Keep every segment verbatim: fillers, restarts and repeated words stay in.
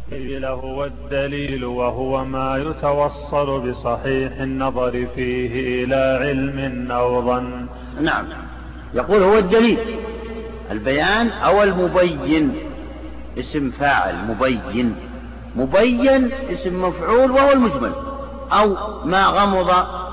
فقيل هو الدليل وهو ما يتوصل بصحيح النظر فيه إلى علم أو ظن. نعم، يقول هو الدليل، البيان أو المبين، اسم فاعل مبين، مبين اسم مفعول وهو المجمل، أو ما غمض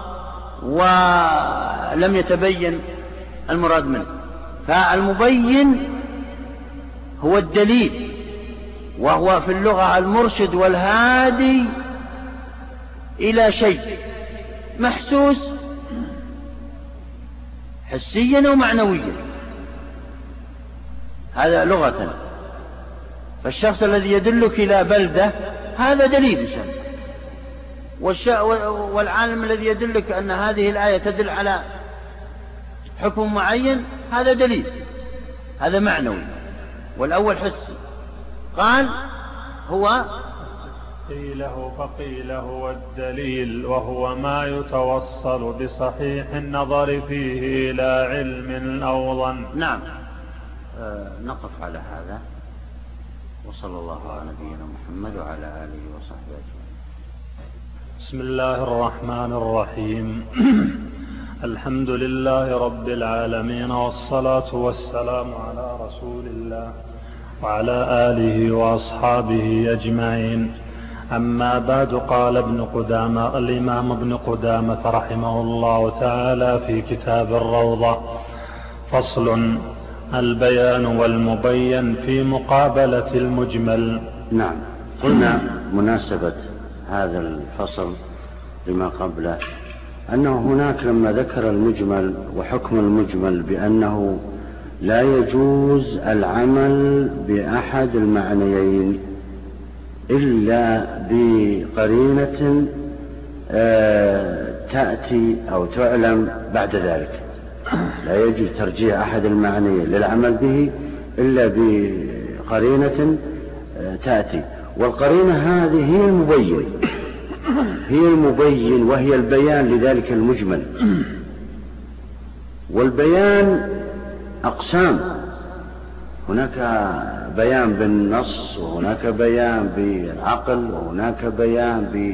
ولم يتبين المراد منه. فالمبين هو الدليل، وهو في اللغة المرشد والهادي إلى شيء محسوس حسيا أو معنويا، هذا لغة. فالشخص الذي يدلك إلى بلدة هذا دليل، والعالم الذي يدلك أن هذه الآية تدل على حكم معين هذا دليل، هذا معنوي، والأول حسي. قال هو قيله فقيل هو الدليل وهو ما يتوصل بصحيح النظر فيه إلى علم أو ظن. نعم. آه نقف على هذا، وصلى الله على نبينا محمد وعلى آله وصحبه أجمعين. بسم الله الرحمن الرحيم. الحمد لله رب العالمين، والصلاة والسلام على رسول الله وعلى آله وأصحابه أجمعين. أما بعد، قال ابن قدامة الإمام ابن قدامة رحمه الله تعالى في كتاب الروضة: فصل: البيان والمبين في مقابلة المجمل. نعم، قلنا مناسبة هذا الفصل لما قبله أنه هناك لما ذكر المجمل وحكم المجمل بأنه لا يجوز العمل بأحد المعنيين إلا بقرينة تأتي أو تعلم بعد ذلك، لا يجوز ترجيح أحد المعنيين للعمل به إلا بقرينة تأتي، والقرينة هذه هي المبين، هي المبين وهي البيان لذلك المجمل. والبيان أقسام، هناك بيان بالنص، وهناك بيان بالعقل، وهناك بيان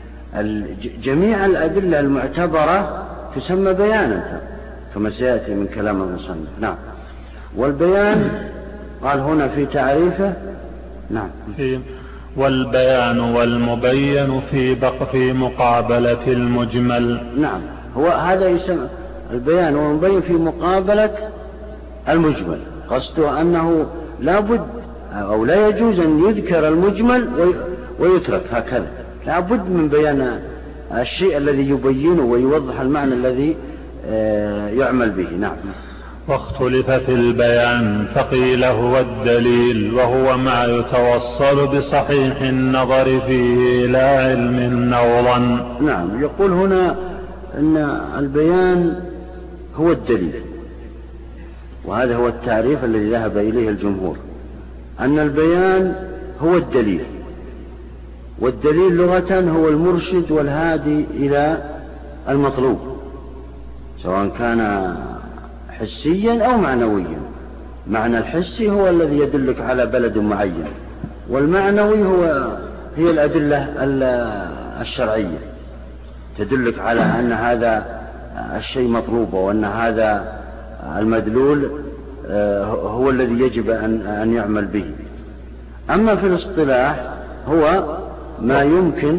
بجميع الأدلة المعتبرة تسمى بيانا كما سيأتي من كلام المصنف. نعم. والبيان قال هنا في تعريفه. نعم. في والبيان والمبين في بق في مقابلة المجمل. نعم، هو هذا يسمى البيان والمبين في مقابلة المجمل. قصده أنه لا بد أو لا يجوز أن يذكر المجمل ويترك هكذا، لا بد من بيان الشيء الذي يبينه ويوضح المعنى الذي يعمل به. نعم. واختلف في البيان، فقيل هو الدليل وهو ما يتوصل بصحيح النظر فيه إلى علم أو ظن. نعم، يقول هنا أن البيان هو الدليل، وهذا هو التعريف الذي ذهب إليه الجمهور، أن البيان هو الدليل، والدليل لغة هو المرشد والهادي إلى المطلوب، سواء كان حسيا أو معنويا. معنى الحسي هو الذي يدلك على بلد معين، والمعنوي هو هي الأدلة الشرعية تدلك على أن هذا الشيء مطلوب، وأن هذا المدلول هو الذي يجب أن يعمل به. أما في الاصطلاح هو ما يمكن،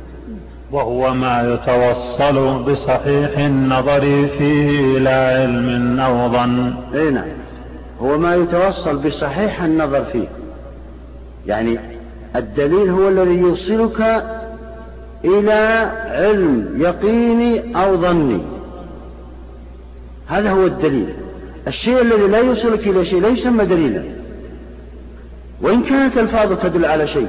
وهو ما يتوصل بصحيح النظر فيه إلى علم أو ظن. نعم، هو ما يتوصل بصحيح النظر فيه، يعني الدليل هو الذي يوصلك إلى علم يقيني أو ظني، هذا هو الدليل. الشيء الذي لا يوصلك إلى شيء لا يسمى دليلا، وإن كانت الفاظ تدل على شيء،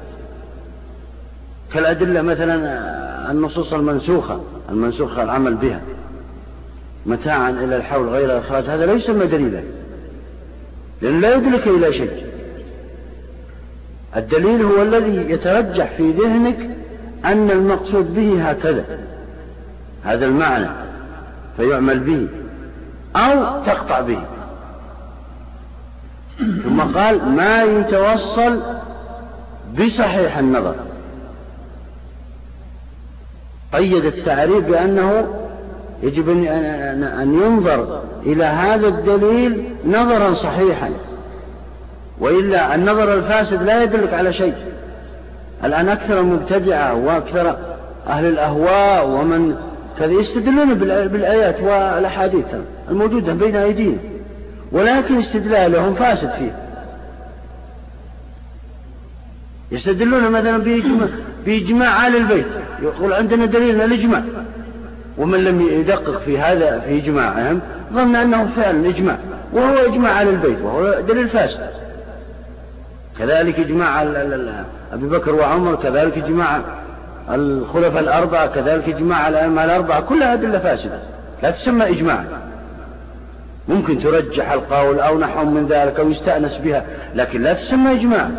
كالأدلة مثلا النصوص المنسوخة المنسوخة العمل بها متاعا إلى الحول غير إخراج، هذا لا يسمى دليلا لأنه لا يدلك إلى شيء. الدليل هو الذي يترجح في ذهنك أن المقصود به هكذا، هذا المعنى، فيعمل به أو تقطع به. ثم قال ما يتوصل بصحيح النظر. قيد التعريف بأنه يجب أن ينظر إلى هذا الدليل نظرا صحيحا، وإلا النظر الفاسد لا يدلك على شيء. الآن أكثر المبتدعة وأكثر أهل الأهواء ومن كذا يستدلون بالآيات والأحاديث الموجودة بين أيديهم، ولكن استدلالهم فاسد فيه. يستدلون مثلا بإجماع, بإجماع آل البيت، يقول عندنا دليل الإجماع، ومن لم يدقق في هذا في إجماعهم ظن أنه فعلا إجماع، وهو إجماع آل البيت وهو دليل فاسد. كذلك إجماع أبي بكر وعمر، كذلك إجماع الخلفاء الأربعة، كذلك إجماع الأئمة الأربعة، كلها أدلة فاسدة لا تسمى إجماع. ممكن ترجح القول أو نحو من ذلك أو يستأنس بها، لكن لا تسمى إجماع.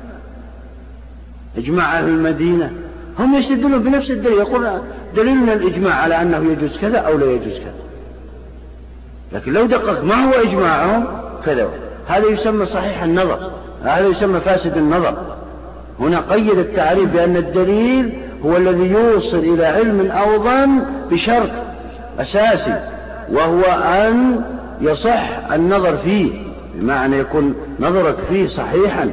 إجماع أهل المدينة هم يستدلون بنفس الدليل، يقول دليلنا الإجماع على أنه يجوز كذا أو لا يجوز كذا، لكن لو دقق ما هو إجماعهم كذا، هذا يسمى صحيح النظر، هذا يسمى فاسد النظر. هنا قيد التعريف بأن الدليل هو الذي يوصل إلى علم أو ظن بشرط أساسي، وهو أن يصح النظر فيه، بمعنى يكون نظرك فيه صحيحا،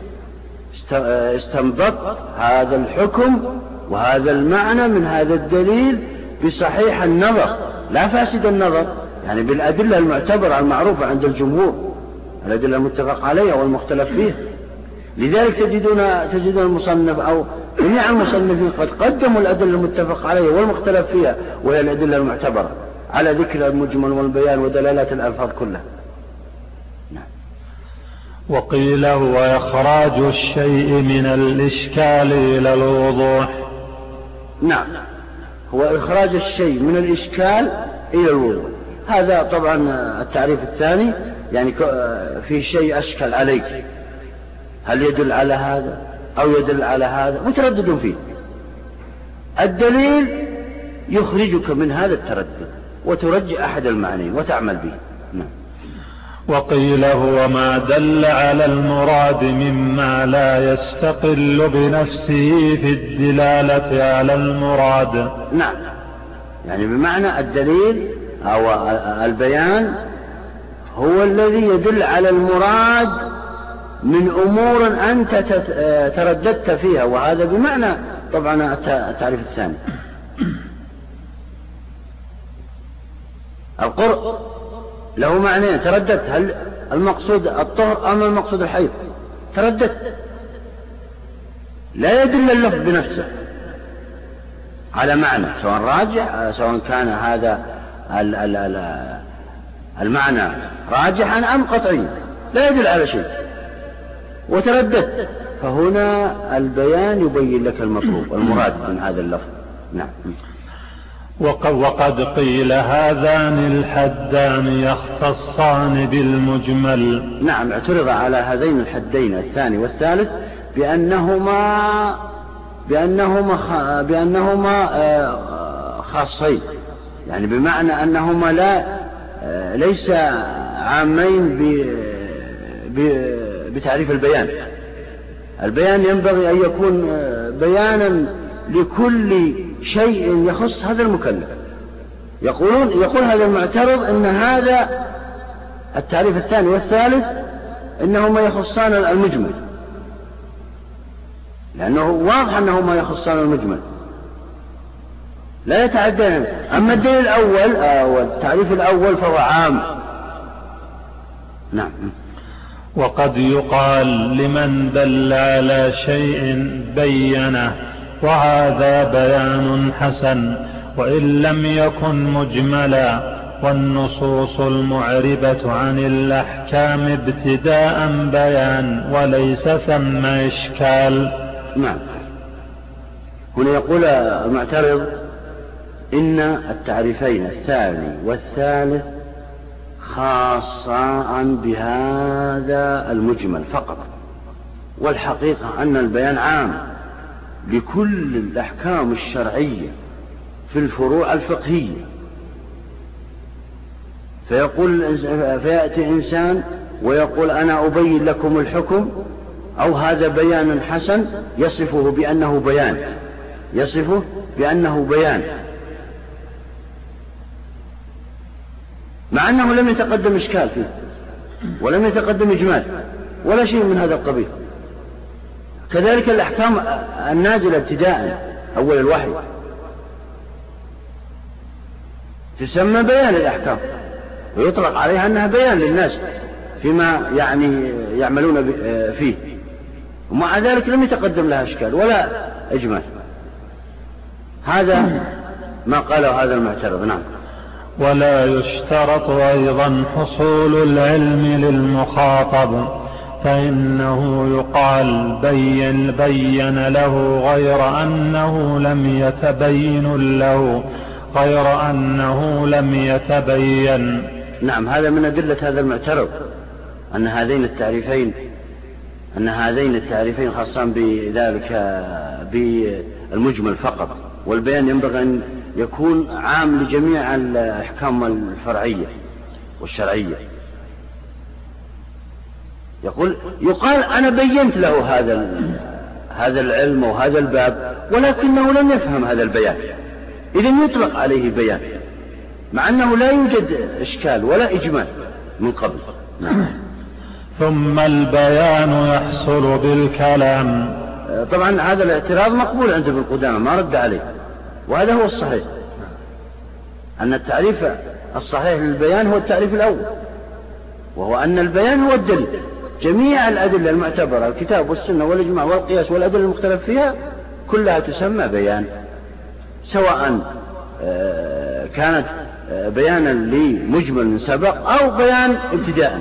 استنبط هذا الحكم وهذا المعنى من هذا الدليل بصحيح النظر لا فاسد النظر، يعني بالأدلة المعتبرة المعروفة عند الجمهور، الأدلة المتفق عليها والمختلف فيها. لذلك تجدون تجدون المصنف أو جميع المصنفين قد قدموا الأدلة المتفق عليها والمختلف فيها، وهي الأدلة المعتبرة، على ذكر المجمل والبيان ودلالات الألفاظ كلها. نعم. وقيل هو إخراج الشيء من الإشكال إلى الوضوح. نعم، هو إخراج الشيء من الإشكال إلى الوضوح. هذا طبعا التعريف الثاني، يعني في شيء أشكل عليك، هل يدل على هذا أو يدل على هذا، متردد فيه. الدليل يخرجك من هذا التردد وترجع أحد المعنيين وتعمل به. نعم. وقيل هو ما دل على المراد مما لا يستقل بنفسه في الدلالة على المراد. نعم، يعني بمعنى الدليل أو البيان هو الذي يدل على المراد من أمور أنت ترددت فيها، وهذا بمعنى طبعا التعريف الثاني. القرء له معنيين، ترددت هل المقصود الطهر أم المقصود الحيض، ترددت. لا يدل اللفظ بنفسه على معنى، سواء راجح سواء كان هذا المعنى راجحا أم قطعيا، لا يدل على شيء وترددت. فهنا البيان يبين لك المطلوب والمراد من هذا اللفظ. نعم. وقد قيل هذان الحدان يختصان بالمجمل. نعم، اعترض على هذين الحدين الثاني والثالث بأنهما بأنهما بأنهما خاصين، يعني بمعنى أنهما لا ليس عامين بتعريف البيان. البيان ينبغي أن يكون بيانا لكل شيء يخص هذا المكلف. يقولون يقول هذا المعترض إن هذا التعريف الثاني والثالث إنهما يخصان المجمل، لأنه واضح أنهما يخصان المجمل لا يتعدان. أما الدليل الأول أو التعريف الأول فهو عام. نعم. وقد يقال لمن دل على شيء بينه، وهذا بيان حسن وإن لم يكن مجملا، والنصوص المعربة عن الأحكام ابتداء بيان وليس ثم إشكال. نعم. هنا يقول المعترض إن التعريفين الثاني والثالث خاصان بهذا المجمل فقط، والحقيقة أن البيان عام بكل الأحكام الشرعية في الفروع الفقهية. فيقول فيأتي إنسان ويقول أنا أبين لكم الحكم أو هذا بيان حسن يصفه بأنه بيان يصفه بأنه بيان مع أنه لم يتقدم إشكال فيه ولم يتقدم إجمال ولا شيء من هذا القبيل. كذلك الأحكام النازلة ابتداء أول الوحي تسمى بيان الأحكام ويطلق عليها أنها بيان للناس فيما يعني يعملون فيه، ومع ذلك لم يتقدم لها إشكال ولا إجمال. هذا ما قاله هذا المعترض. نعم. ولا يشترط أيضا حصول العلم للمخاطب، فإنه يقال بين, بين له غير أنه لم يتبين له غير أنه لم يتبين. نعم، هذا من أدلة هذا المعترض أن هذين التعريفين أن هذين التعريفين خاصان بذلك بالمجمل فقط، والبيان ينبغي أن يكون عام لجميع الأحكام الفرعية والشرعية. يقول يقال أنا بينت له هذا هذا العلم وهذا الباب ولكنه لم يفهم هذا البيان، إذن يطلق عليه بيان مع أنه لا يوجد إشكال ولا إجمال من قبل. نعم. ثم البيان يحصل بالكلام. طبعا هذا الاعتراض مقبول عند ابن قدامة ما رد عليه، وهذا هو الصحيح، أن التعريف الصحيح للبيان هو التعريف الأول، وهو أن البيان هو الدليل. جميع الأدلة المعتبرة الكتاب والسنة والإجماع والقياس والأدلة المختلف فيها كلها تسمى بيان، سواء كانت بيانا لمجمل سبق أو بيان ابتداء.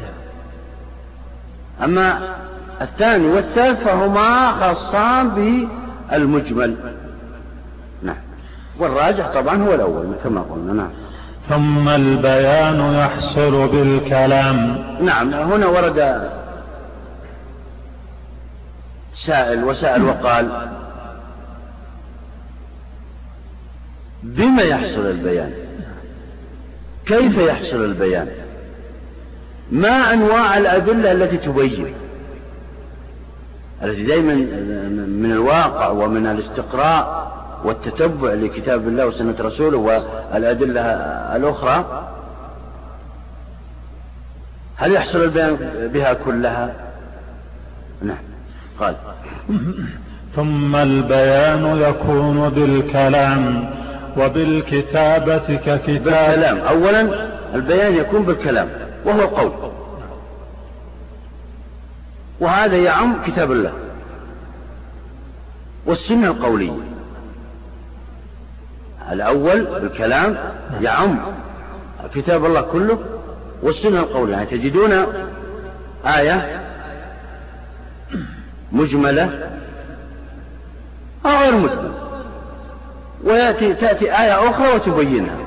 أما الثاني والثالث فهما خاصان بالمجمل. نعم. والراجح طبعا هو الأول كما قلنا. نعم. ثم البيان يحصل بالكلام. نعم. هنا ورد سائل وسأل وقال بما يحصل البيان؟ كيف يحصل البيان؟ ما أنواع الأدلة التي تبين، التي دائما من الواقع ومن الاستقراء والتتبع لكتاب الله وسنة رسوله والأدلة الأخرى، هل يحصل البيان بها كلها؟ نعم. قال ثم البيان يكون بالكلام وبالكتابة ككتاب. بالكلام أولا البيان يكون بالكلام وهو القول، وهذا يعم كتاب الله والسنة القولية. الأول بالكلام يعم كتاب الله كله والسنة القولية، يعني تجدون آية مجملة أو غير مجملة ويأتي تأتي آية أخرى وتبينها،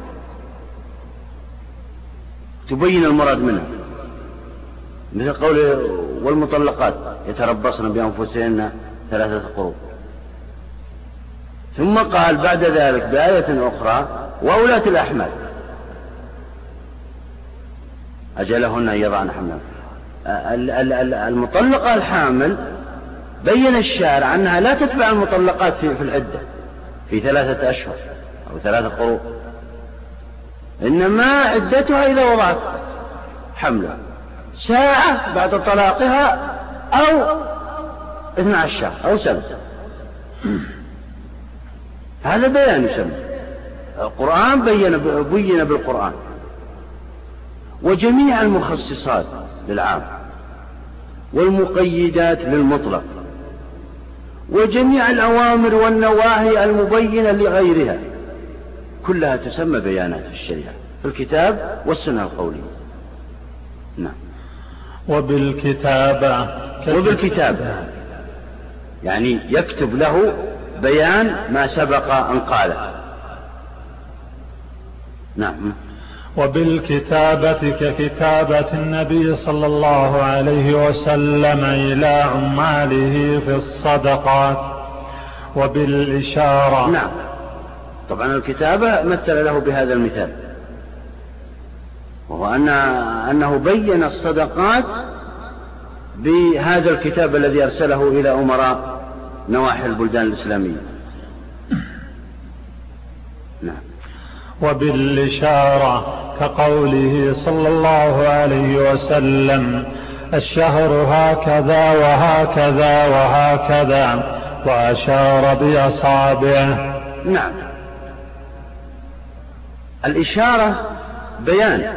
تبين المراد منها، مثل قوله والمطلقات يتربصن بأنفسهن ثلاثة قروء. ثم قال بعد ذلك بآية أخرى وأولاة الأحمال أجلهن أن يضعن حملهن. المطلقة الحامل بين الشارع أنها لا تتبع المطلقات في العدة في ثلاثة أشهر أو ثلاثة قروء، إنما عدتها إذا وضعت حملها ساعة بعد طلاقها أو اثنى عشر شهر أو سنة. هذا بيان يسمى. القرآن بين بين بالقرآن، وجميع المخصصات للعام والمقيدات للمطلق وجميع الأوامر والنواهي المبينة لغيرها كلها تسمى بيانات الشريعة في الكتاب والسنة القولية. نعم. وبالكتابة وبالكتابة يعني يكتب له بيان ما سبق أن قاله. نعم. وبالكتابة ككتابة النبي صلى الله عليه وسلم إلى عماله في الصدقات. وبالإشارة. نعم. طبعا الكتابة مثل له بهذا المثال، وهو أن أنه بين الصدقات بهذا الكتاب الذي أرسله إلى أمراء نواحي البلدان الإسلامية. نعم. وبالإشارة كقوله صلى الله عليه وسلم الشهر هكذا وهكذا وهكذا، وأشار بأصابعه. نعم. الإشارة بيان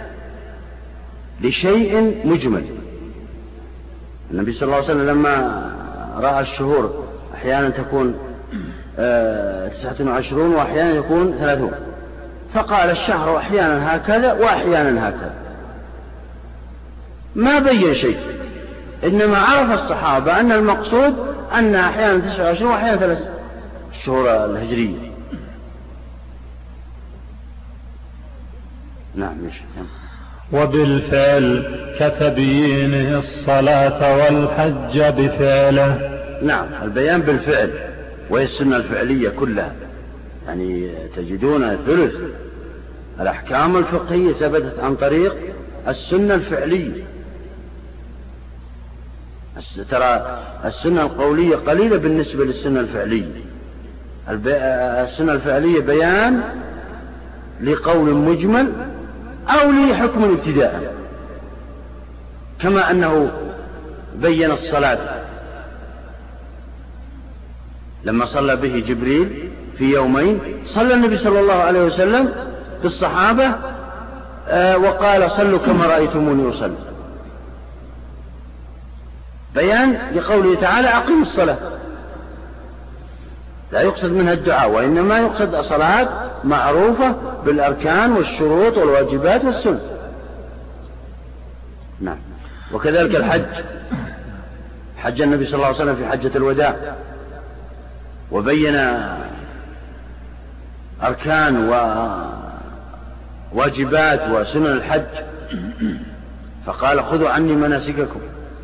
لشيء مجمل. النبي صلى الله عليه وسلم لما رأى الشهور أحيانا تكون تسعة وعشرون وأحيانا يكون ثلاثون، فقال الشهر أحيانا هكذا وأحيانا هكذا، ما بين شيء، إنما عرف الصحابة أن المقصود أن أحيانا تسعة وعشرون وأحيانا ثلاثون الشهور الهجرية. نعم. وبالفعل كتبيينه الصلاة والحج بفعله. نعم. البيان بالفعل، وهي السنة الفعلية كلها، يعني تجدون ثلث الأحكام الفقهية ثبتت عن طريق السنة الفعلية. ترى السنة القولية قليلة بالنسبة للسنة الفعلية. السنة الفعلية بيان لقول مجمل أو لحكم ابتداء، كما أنه بين الصلاة لما صلى به جبريل في يومين، صلى النبي صلى الله عليه وسلم بالصحابة وقال صلوا كما رأيتموني أصلي، بيان لقوله تعالى أقيموا الصلاة. لا يقصد منها الدعاء، وإنما يقصد صلاة معروفة بالأركان والشروط والواجبات والسنن. نعم. وكذلك الحج، حج النبي صلى الله عليه وسلم في حجة الوداع وبين أركان وواجبات وسنن الحج، فقال خذوا عني مناسككم.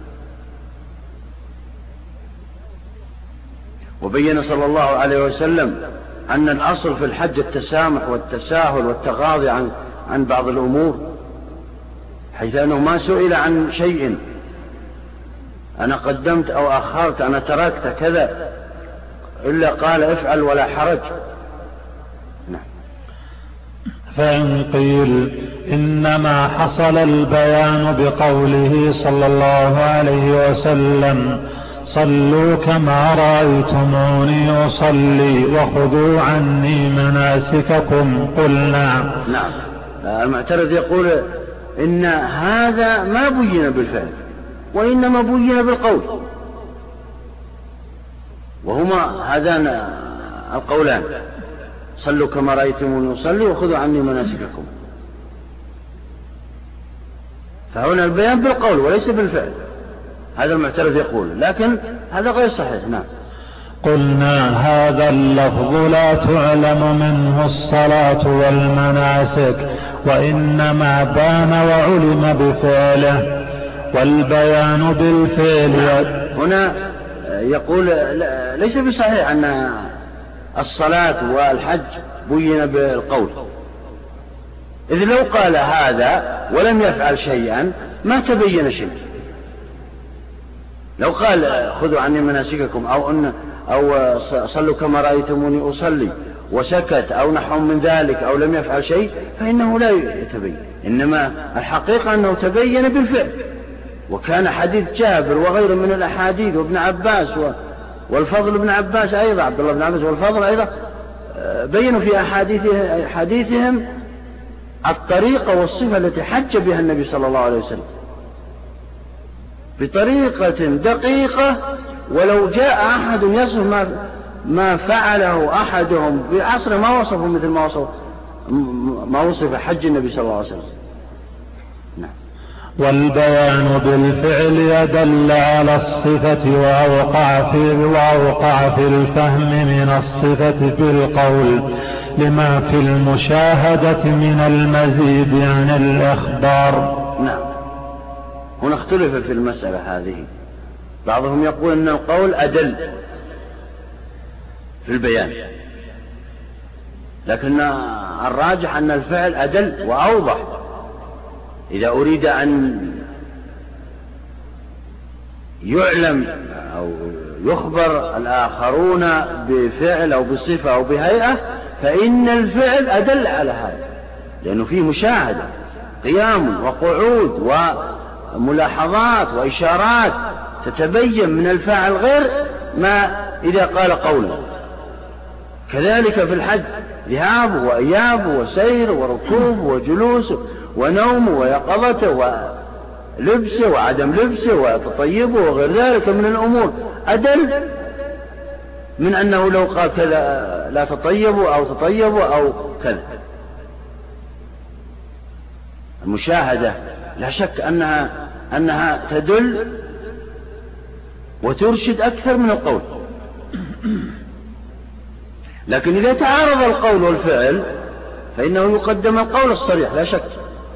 وبين صلى الله عليه وسلم أن الأصل في الحج التسامح والتساهل والتغاضي عن عن بعض الأمور، حيث أنه ما سئل عن شيء أنا قدمت أو أخرت أنا تركت كذا، إلا قال افعل ولا حرج. نعم. فإن قيل إنما حصل البيان بقوله صلى الله عليه وسلم صلوا كما رأيتموني أصلي وخذوا عني مناسككم، قلنا. نعم. المعترض يقول إن هذا ما بين بالفعل وإنما بين بالقول، وهما هذان القولان صلوا كما رأيتموني أصلي وخذوا عني مناسككم، فهنا البيان بالقول وليس بالفعل، هذا المعترض يقول، لكن هذا غير صحيح. نعم. قلنا هذا اللفظ لا تعلم منه الصلاة والمناسك، وإنما بان وعلم بفعله، والبيان بالفعل. نعم. هنا يقول ليس بصحيح أن الصلاة والحج بين بالقول، إذ لو قال هذا ولم يفعل شيئا ما تبين شيء. لو قال خذوا عني مناسككم أو أن أو صلوا كما رأيتموني أصلي وسكت أو نحو من ذلك أو لم يفعل شيء فإنه لا يتبين، إنما الحقيقة أنه تبين بالفعل. وكان حديث جابر وغيره من الأحاديث وابن عباس والفضل بن عباس أيضا، عبد الله بن عباس والفضل أيضا، بينوا في أحاديثهم الطريقة والصفة التي حج بها النبي صلى الله عليه وسلم بطريقة دقيقة، ولو جاء أحد يصف ما, ما فعله أحدهم بعصر ما وصفه مثل ما وصف ما وصف حج النبي صلى الله عليه وسلم. نعم. والبيان بالفعل يدل على الصفة وأوقع في, وأوقع في الفهم من الصفة بالقول، لما في المشاهدة من المزيد عن الإخبار. نعم. هنا اختلف في المسألة هذه، بعضهم يقول أن القول أدل في البيان، لكن الراجح أن الفعل أدل وأوضح إذا أريد أن يعلم أو يخبر الآخرون بفعل أو بصفة أو بهيئة، فإن الفعل أدل على هذا، لأنه فيه مشاهدة، قيام وقعود وملاحظات وإشارات تتبين من الفاعل غير ما إذا قال قولا. كذلك في الحج ذهاب وإياب وسير وركوب وجلوس ونوم ويقظته ولبسه وعدم لبسه وتطيبه وغير ذلك من الأمور أدل من أنه لو قال كذا لا تطيبوا أو تطيبوا أو كذا. المشاهدة لا شك أنها أنها تدل وترشد أكثر من القول، لكن إذا تعارض القول والفعل فإنه يقدم القول الصريح لا شك،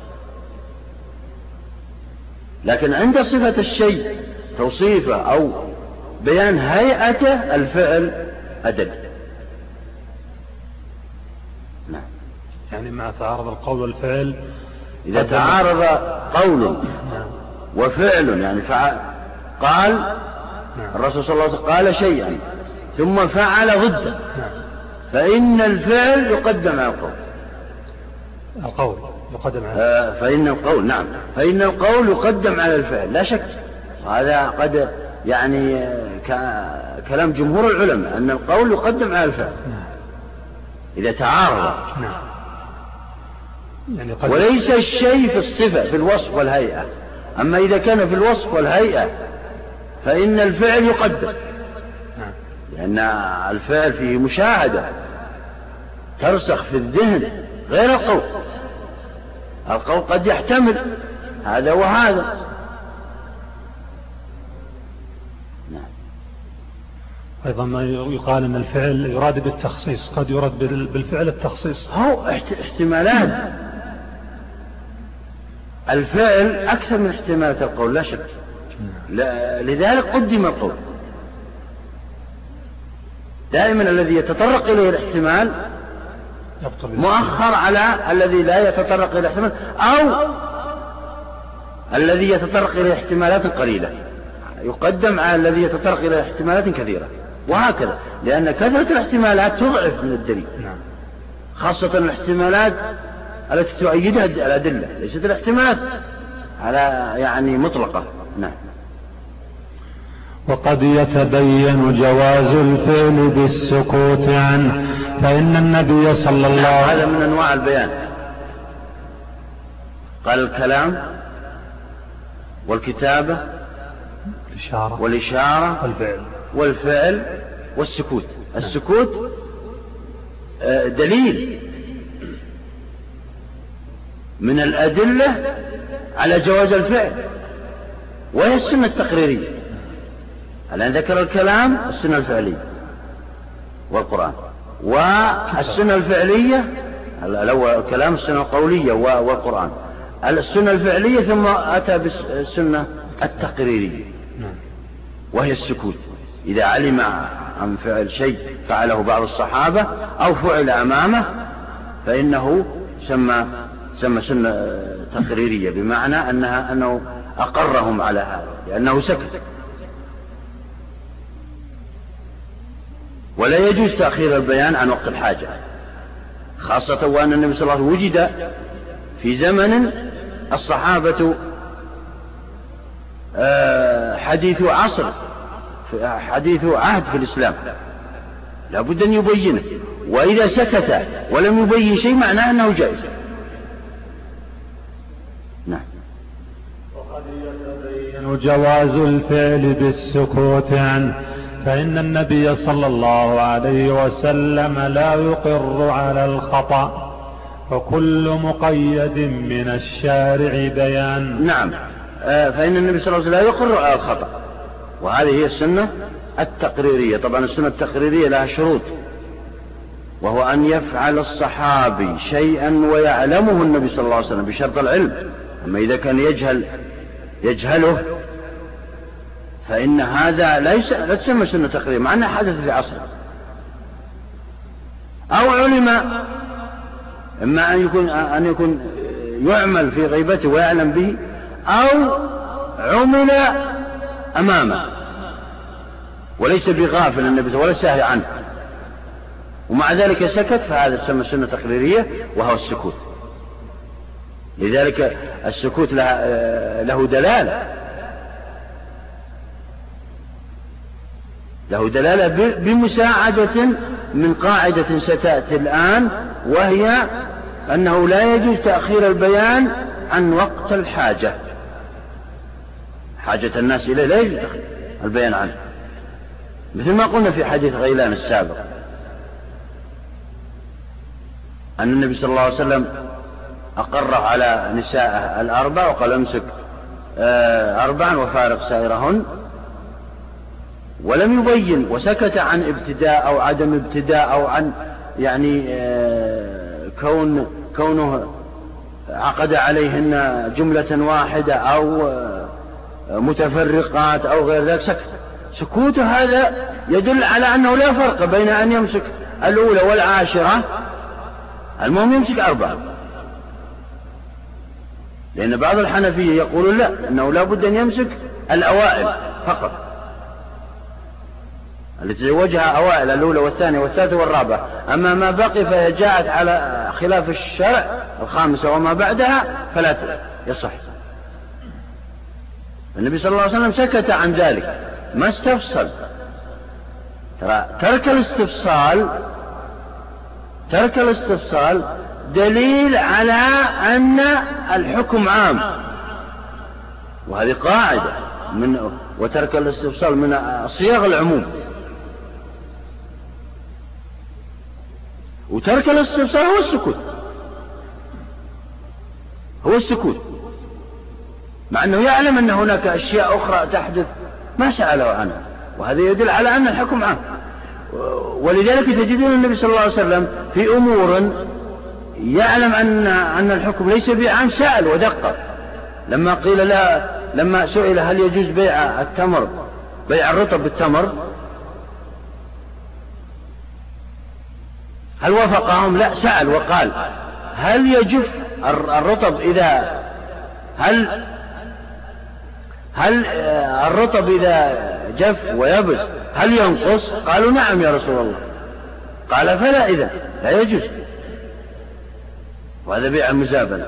لكن عند صفة الشيء توصيفه أو بيان هيئته الفعل أدل. نعم. يعني مع تعارض القول والفعل، إذا تعارض قول وفعل يعني فعل قال الرسول صلى الله عليه وسلم قال شيئا ثم فعل ضده، فإن الفعل يقدم على القول. القول يقدم على آه فإن القول نعم فإن القول يقدم على الفعل لا شك. هذا قد يعني كلام جمهور العلماء أن القول يقدم على الفعل إذا تعارض. يعني وليس الشيء في الصفة في الوصف والهيئة، أما إذا كان في الوصف والهيئة فإن الفعل يقدم، لأن الفعل فيه مشاهدة ترسخ في الذهن غير القول. القول قد يحتمل هذا وهذا. نعم. أيضا ما يقال أن الفعل يراد بالتخصيص، قد يراد بالفعل التخصيص. هو احتمالات الفعل أكثر من احتمالات القول لا شك، لذلك قدم القول. دائما الذي يتطرق إليه الاحتمال مؤخر على الذي لا يتطرق إلى الاحتمال، أو الذي يتطرق إلى احتمالات قليلة يقدم على الذي يتطرق إلى احتمالات كثيرة، وهكذا، لأن كثرة الاحتمالات تضعف من الدليل، خاصة الاحتمالات التي تؤيدها الأدلة، ليست الاحتمالات على يعني مطلقة. نعم. وقد يتبين جواز الفعل بالسكوت عنه، فإن النبي صلى الله عليه وسلم هذا من أنواع البيان. قال الكلام والكتابة الإشارة والإشارة والفعل والفعل والسكوت. السكوت دليل من الأدلة على جواز الفعل، وهي السنة التقريرية. الآن ذكر الكلام السنة الفعلية والقرآن، والسنة الفعلية الأول الكلام السنة القولية والقرآن، السنة الفعلية، ثم أتى بالسنة التقريرية وهي السكوت. إذا علم عن فعل شيء فعله بعض الصحابة أو فعل أمامه فإنه سمى سمى سنة تقريرية، بمعنى أنها أنه أقرهم على هذا لأنه سكت. ولا يجوز تأخير البيان عن وقت الحاجة، خاصة وأن النبي صلى الله عليه وسلم وجد في زمن الصحابة حديث عصر حديث عهد في الإسلام، لا بد أن يبينه، وإذا سكت ولم يبين شيء معناه أنه جائز. نعم. وقد يتبين جواز الفعل بالسكوت عنه، فإن النبي صلى الله عليه وسلم لا يقر على الخطأ، وكل مقيد من الشارع بيان. نعم. آه فإن النبي صلى الله عليه وسلم لا يقر على الخطأ، وهذه هي السنة التقريرية. طبعا السنة التقريرية لها شروط، وهو أن يفعل الصحابي شيئا ويعلمه النبي صلى الله عليه وسلم بشرط العلم. أما إذا كان يجهل يجهله فإن هذا ليس لا تسمى سنة تقريرية، مع أنها حدث في عصره، أو علم، إما أن يكون أن يكون يعمل في غيبته ويعلم به، أو عمل أمامه وليس بغافل النبي ولا ساهي عنه، ومع ذلك سكت، فهذا تسمى سنة تقريرية وهو السكوت. لذلك السكوت له دلالة له دلالة بمساعدة من قاعدة ستأتي الآن، وهي أنه لا يجوز تأخير البيان عن وقت الحاجة، حاجة الناس إليه لا يجوز تأخير البيان عنه، مثل ما قلنا في حديث غيلان السابق أن النبي صلى الله عليه وسلم أقر على نساء الأربع وقال امسك أربعا وفارق سائرهن، ولم يبين وسكت عن ابتداء أو عدم ابتداء أو عن يعني كون كونه عقد عليهن جملة واحدة أو متفرقات أو غير ذلك. سكت. سكوت هذا يدل على أنه لا فرق بين أن يمسك الأولى والعاشرة، المهم يمسك أربعة، لأن بعض الحنفية يقولون لا، أنه لا بد أن يمسك الأوائل فقط التي زوجها أوائل، الأولى والثانية والثالثة والرابعة، أما ما بقي فهي جاءت على خلاف الشرع الخامسة وما بعدها فلا يصح. النبي صلى الله عليه وسلم سكت عن ذلك ما استفصل. ترى ترك الاستفصال ترك الاستفصال دليل على أن الحكم عام، وهذه قاعدة من وترك الاستفصال من صيغ العموم. وترك الاستفصال هو السكوت هو السكوت مع أنه يعلم أن هناك أشياء أخرى تحدث ما سأله عنها، وهذا يدل على أن الحكم عام. ولذلك تجدون النبي صلى الله عليه وسلم في أمور يعلم أن أن الحكم ليس بعام سأل ودقق. لما قيل لا لما سئل هل يجوز بيع التمر بيع الرطب بالتمر هل وافقهم؟ لا، سأل وقال هل يجف الرطب إذا هل هل الرطب إذا جف ويبس هل ينقص؟ قالوا نعم يا رسول الله. قال فلا، إذا لا يجوز، وهذا بيع المزابنة.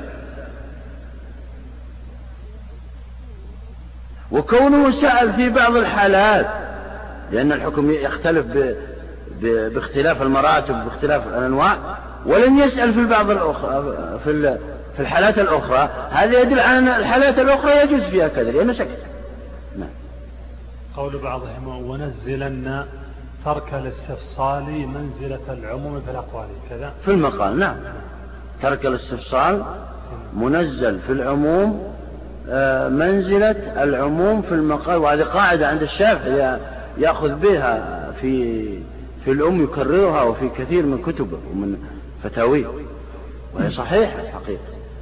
وكونه سأل في بعض الحالات لأن الحكم يختلف ب... ب... باختلاف المراتب باختلاف الأنواع، ولم يسأل في البعض الأخرى في, ال... في الحالات الأخرى، هذا يدل على أن الحالات الأخرى يجوز فيها كذا لأنه سكت. نعم. قول بعضهم ونزلن ترك الاستفصال منزلة العموم في الأقوال كذا في المقال. نعم، ترك الاستفصال منزل في العموم منزلة العموم في المقال، وهذه قاعدة عند الشافعي يأخذ بها في في الأم يكررها وفي كثير من كتبه ومن فتاويه، وهي صحيحة حقيقة.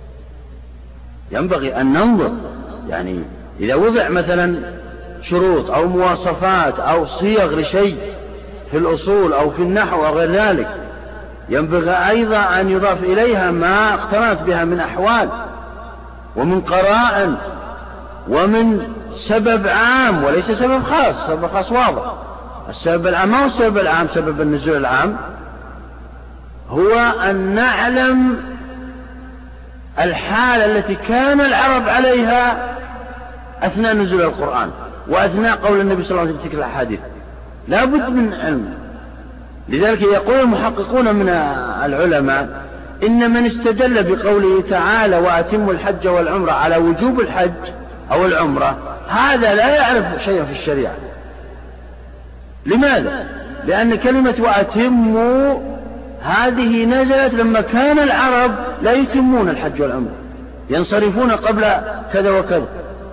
ينبغي أن ننظر، يعني إذا وضع مثلا شروط أو مواصفات أو صيغ لشيء في الأصول أو في النحو أو غير ذلك، ينبغي أيضا أن يضاف إليها ما اقترنت بها من أحوال ومن قرائن ومن سبب عام وليس سبب خاص. سبب خاص واضح، السبب العام ما هو السبب العام. سبب النزول العام هو أن نعلم الحالة التي كان العرب عليها أثناء نزول القرآن وأثناء قول النبي صلى الله عليه وسلم في تلك الأحاديث، لا بد من علم. لذلك يقول المحققون من العلماء إن من استدل بقوله تعالى وأتموا الحج والعمرة على وجوب الحج أو العمرة، هذا لا يعرف شيئا في الشريعة. لماذا؟ لأن كلمة وأتموا هذه نزلت لما كان العرب لا يتمون الحج والعمرة، ينصرفون قبل كذا وكذا،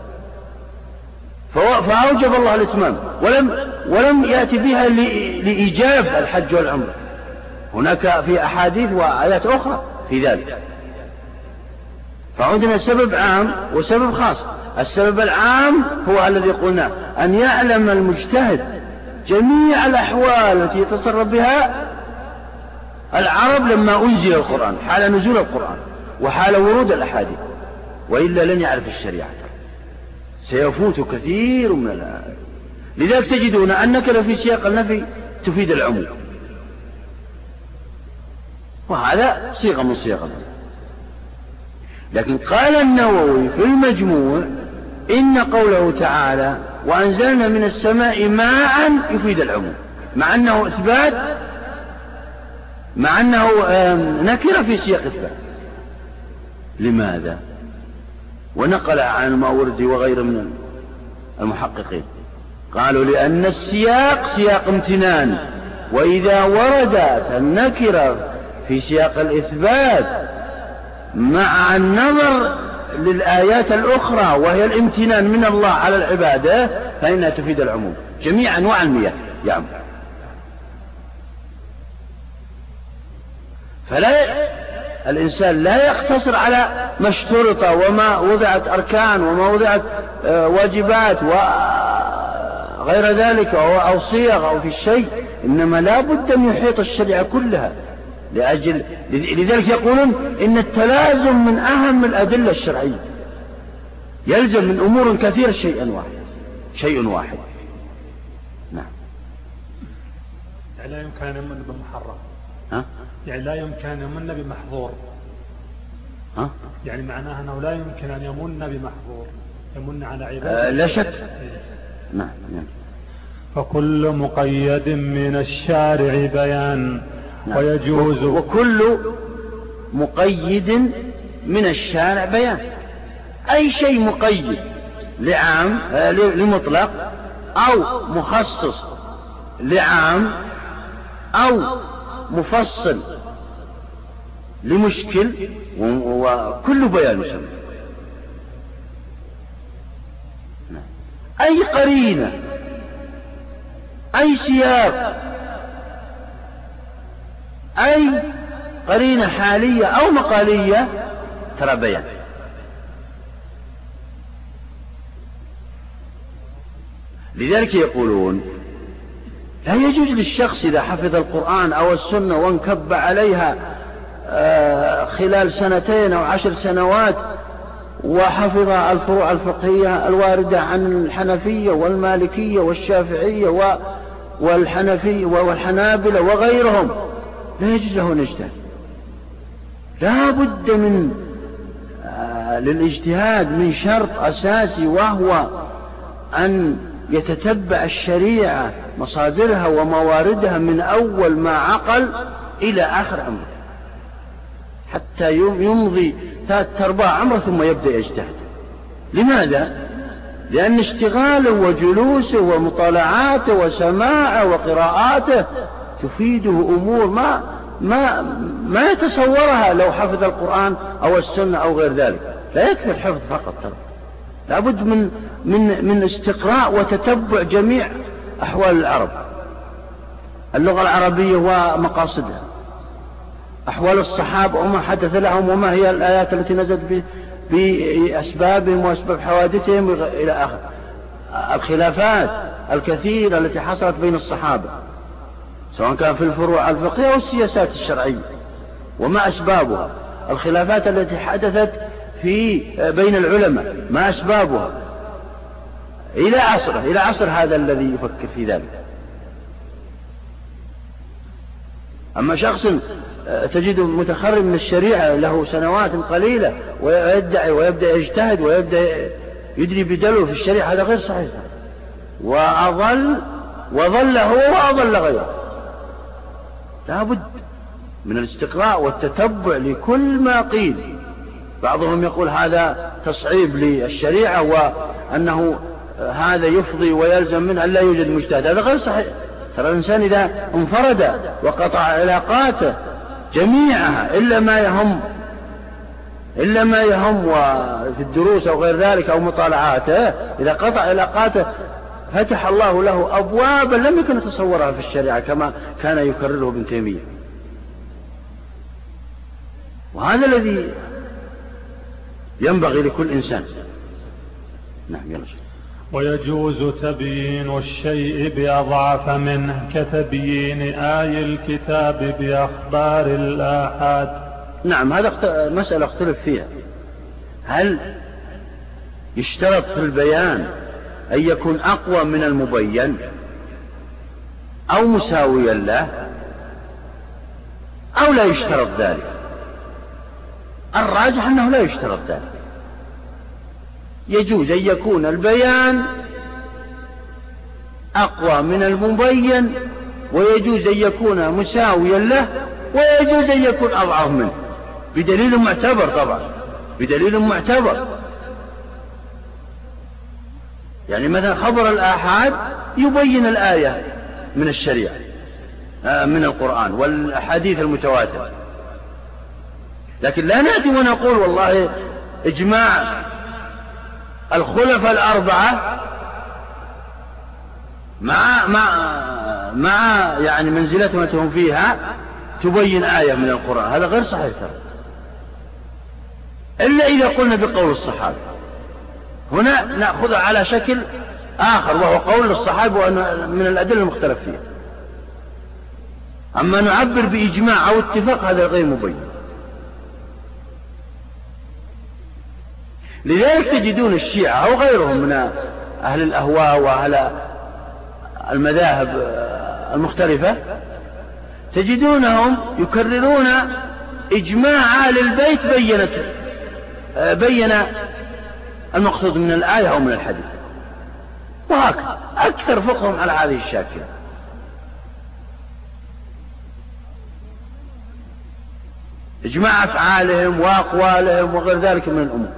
فأوجب الله الإتمام ولم, ولم يأتي بها لإيجاب الحج والعمرة. هناك في أحاديث وآيات أخرى في ذلك. فعندنا سبب عام وسبب خاص. السبب العام هو الذي قلنا أن يعلم المجتهد جميع الأحوال التي يتصرف بها العرب لما أنزل القرآن، حال نزول القرآن وحال ورود الأحاديث، وإلا لن يعرف الشريعة. سيفوت كثير من الآيات. لذلك تجدون النكرة في سياق النفي تفيد العموم، وهذا صيغة من صيغ النفي. لكن قال النووي في المجموع إن قوله تعالى وأنزلنا من السماء ماء يفيد العموم، مع أنه إثبات، مع أنه نكرة في سياق إثبات. لماذا؟ ونقل عن الماوردي وغيره من المحققين قالوا لأن السياق سياق امتنان، وإذا وردت النكرة في سياق الإثبات مع النظر للآيات الأخرى وهي الامتنان من الله على العبادة فإنها تفيد العموم جميع أنواع المياه يعني. فلا الإنسان لا يقتصر على ما اشترط وما وضعت أركان وما وضعت واجبات وغير ذلك أو صيغ أو في الشيء، إنما لا بد أن يحيط الشريعة كلها. لأجل لذلك يقولون إن التلازم من أهم الأدلة الشرعية، يلزم من أمور كثيرة شيئا واحد شيء واحد. نعم. يعني لا يمكن أن يمن بمحرم، ها؟ يعني لا يمكن أن يمن بمحظور، ها؟ يعني معناها أنه لا يمكن أن يمن بمحظور، يمن على عبادة. آه لا شك. نعم. نعم. فكل مقيد من الشارع بيان. نعم. ويجوز وكل مقيد من الشارع بيان، أي شيء مقيد لعام لمطلق أو مخصص لعام أو مفصل لمشكل وكل بيان يسمى. أي قرينة أي سياق أي قرينة حالية أو مقالية ترى بيان. لذلك يقولون لا يجوز للشخص إذا حفظ القرآن أو السنة وانكب عليها خلال سنتين أو عشر سنوات وحفظ الفروع الفقهية الواردة عن الحنفية والمالكية والشافعية والحنفية والحنابلة وغيرهم، لا يجوز له أن يجتهد. لا بد من آه للاجتهاد من شرط أساسي، وهو أن يتتبع الشريعة مصادرها ومواردها من أول ما عقل إلى آخر عمره، حتى يمضي ثلاث أرباع عمره ثم يبدأ يجتهد. لماذا؟ لأن اشتغاله وجلوسه ومطالعاته وسماعه وقراءاته تفيده أمور ما ما ما يتصورها لو حفظ القرآن أو السنة أو غير ذلك. لا يكفي الحفظ فقط، ترى لابد من من من استقراء وتتبع جميع أحوال العرب، اللغة العربية ومقاصدها، أحوال الصحابة وما حدث لهم وما هي الآيات التي نزلت بأسبابهم وأسباب حوادثهم إلى آخر، الخلافات الكثيرة التي حصلت بين الصحابة سواء كان في الفروع الفقهية والسياسات الشرعية وما أسبابها، الخلافات التي حدثت في بين العلماء ما أسبابها، إلى عصره إلى عصر هذا الذي يفكر في ذلك. أما شخص تجد متخرج من الشريعة له سنوات قليلة ويدعي ويبدأ يجتهد ويبدأ يدري بدلو في الشريعة، هذا غير صحيح، وأضل وظل هو وأضل غيره. لا بد من الاستقراء والتتبع لكل ما قيل. بعضهم يقول هذا تصعيب للشريعة وأنه هذا يفضي ويلزم منه أن لا يوجد مجتهد، هذا غير صحيح. ترى الإنسان إذا انفرد وقطع علاقاته جميعها إلا ما يهم إلا ما يهم في الدروس أو غير ذلك أو مطالعاته، إذا قطع علاقاته فتح الله له أبوابا لم يكن يتصورها في الشريعة كما كان يكرره ابن تيمية. وهذا الذي ينبغي لكل إنسان. نعم يلا. ويجوز تبيين الشيء بأضعف منه كتبيين آي الكتاب بأخبار الآحاد. نعم، هذا مسألة اختلف فيها، هل يشترط في البيان أن يكون أقوى من المبين أو مساويا له أو لا يشترط ذلك؟ الراجح أنه لا يشترط ذلك. يجوز أن يكون البيان أقوى من المبين، ويجوز أن يكون مساويا له، ويجوز أن يكون أضعف منه بدليل معتبر، طبعا بدليل معتبر. يعني مثلا خبر الآحاد يبين الآية من الشريعة من القرآن والأحاديث المتواترة، لكن لا نأتي ونقول والله إجماع الخلفاء الأربعة مع مع مع يعني منزلتهم فيها تبين آية من القرآن، هذا غير صحيح ترى، إلا إذا قلنا بقول الصحابة. هنا نأخذها على شكل آخر وهو قول الصحابة من الأدلة المختلف فيها. أما نعبر بإجماع أو اتفاق هذا غير مبين. لذلك تجدون الشيعة أو غيرهم من أهل الأهواء وأهل المذاهب المختلفة تجدونهم يكررون إجماع آل البيت بينت بين المقصود من الآية أو من الحديث، وهكذا أكثر فقههم على هذه الشاكلة. إجماع أفعالهم وأقوالهم وغير ذلك من الأمور.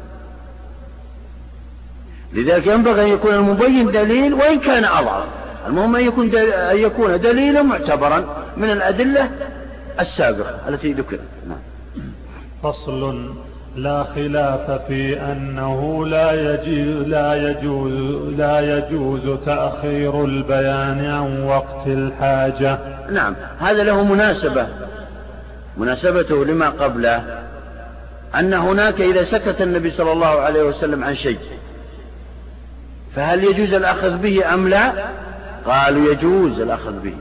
لذلك ينبغي أن يكون المبين دليل وإن كان أضعف، المهم أن يكون دليل أن يكون دليلا معتبرا من الأدلة السابقة التي ذكرت. فصل: لا خلاف في أنه لا يجوز لا يجوز لا يجوز تأخير البيان عن وقت الحاجة. نعم، هذا له مناسبة، مناسبته لما قبله، أن هناك إذا سكت النبي صلى الله عليه وسلم عن شيء فهل يجوز الأخذ به أم لا؟ قالوا يجوز الأخذ به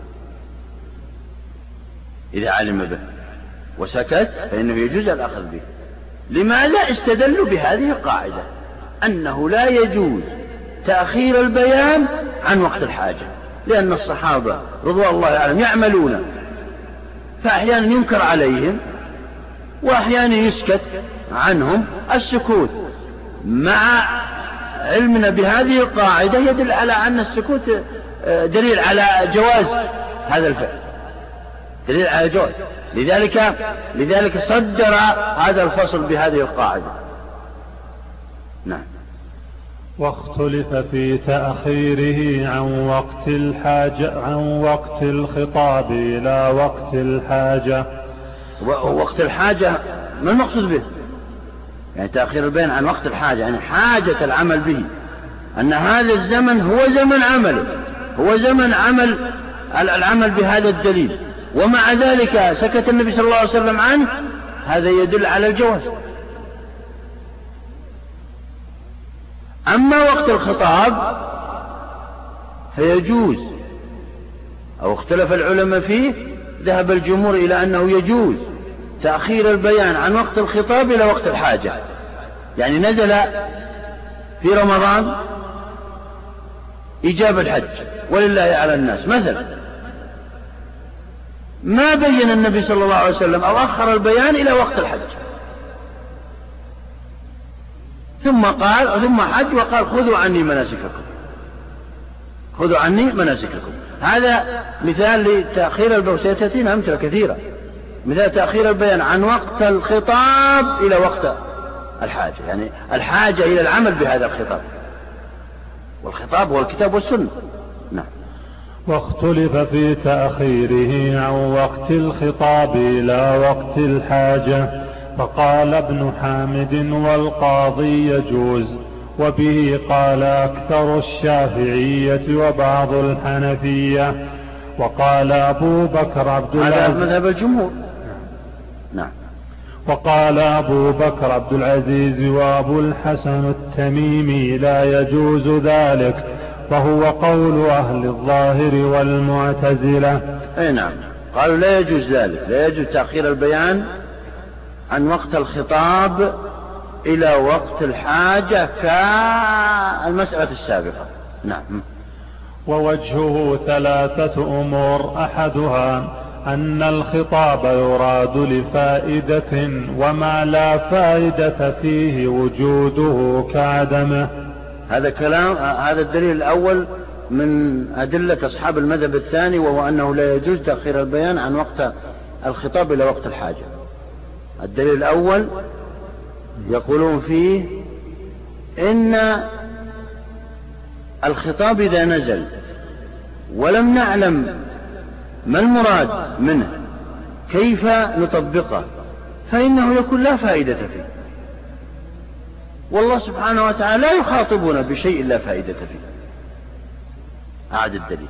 إذا علم به وسكت فإنه يجوز الأخذ به. لماذا؟ استدلوا بهذه القاعدة أنه لا يجوز تأخير البيان عن وقت الحاجة، لأن الصحابة رضوان الله عليهم يعملون، فأحيانا ينكر عليهم وأحيانا يسكت عنهم. السكوت مع علمنا بهذه القاعدة يدل على أن السكوت دليل على جواز هذا الفعل، دليل على جواز. لذلك لذلك صدر هذا الفصل بهذه القاعدة. نعم. واختلف في تأخيره عن وقت الحاجة عن وقت الخطاب إلى وقت الحاجة. وقت الحاجة ما المقصود به؟ يعني تأخير البيان عن وقت الحاجة، يعني حاجة العمل به، أن هذا الزمن هو زمن عمله، هو زمن عمل العمل بهذا الدليل، ومع ذلك سكت النبي صلى الله عليه وسلم عنه، هذا يدل على الجواز. أما وقت الخطاب فيجوز، أو اختلف العلماء فيه، ذهب الجمهور إلى أنه يجوز تأخير البيان عن وقت الخطاب إلى وقت الحاجة. يعني نزل في رمضان إيجاب الحج ولله على الناس مثلا، ما بين النبي صلى الله عليه وسلم أو أخر البيان إلى وقت الحج، ثم قال ثم حج وقال خذوا عني مناسككم، خذوا عني مناسككم. هذا مثال لتأخير البيان، سيأتينا أمثلة كثيرة، مثال تأخير البيان عن وقت الخطاب إلى وقت الحاجة، يعني الحاجة إلى العمل بهذا الخطاب، والخطاب هو الكتاب والسنة. نعم. واختلف في تأخيره عن وقت الخطاب إلى وقت الحاجة، فقال ابن حامد والقاضي يجوز، وبه قال أكثر الشافعية وبعض الحنفية، وقال أبو بكر عبد العزيز هذا مذهب الجمهور. نعم. وقال أبو بكر عبد العزيز وأبو الحسن التميمي لا يجوز ذلك، فهو قول أهل الظاهر والمعتزلة. أي نعم، قالوا لا يجوز ذلك، لا يجوز تأخير البيان عن وقت الخطاب إلى وقت الحاجة كالمسألة السابقة. نعم. ووجهه ثلاثة أمور: أحدها أن الخطاب يراد لفائدة، وما لا فائدة فيه وجوده كعدمه. هذا كلام هذا الدليل الأول من أدلة أصحاب المذهب الثاني، وهو أنه لا يجوز تأخير البيان عن وقت الخطاب إلى وقت الحاجة. الدليل الأول يقولون فيه إن الخطاب إذا نزل ولم نعلم ما المراد منه كيف نطبقه فإنه يكون لا فائدة فيه، والله سبحانه وتعالى لا يخاطبنا بشيء لا فائدة فيه. أعد الدليل.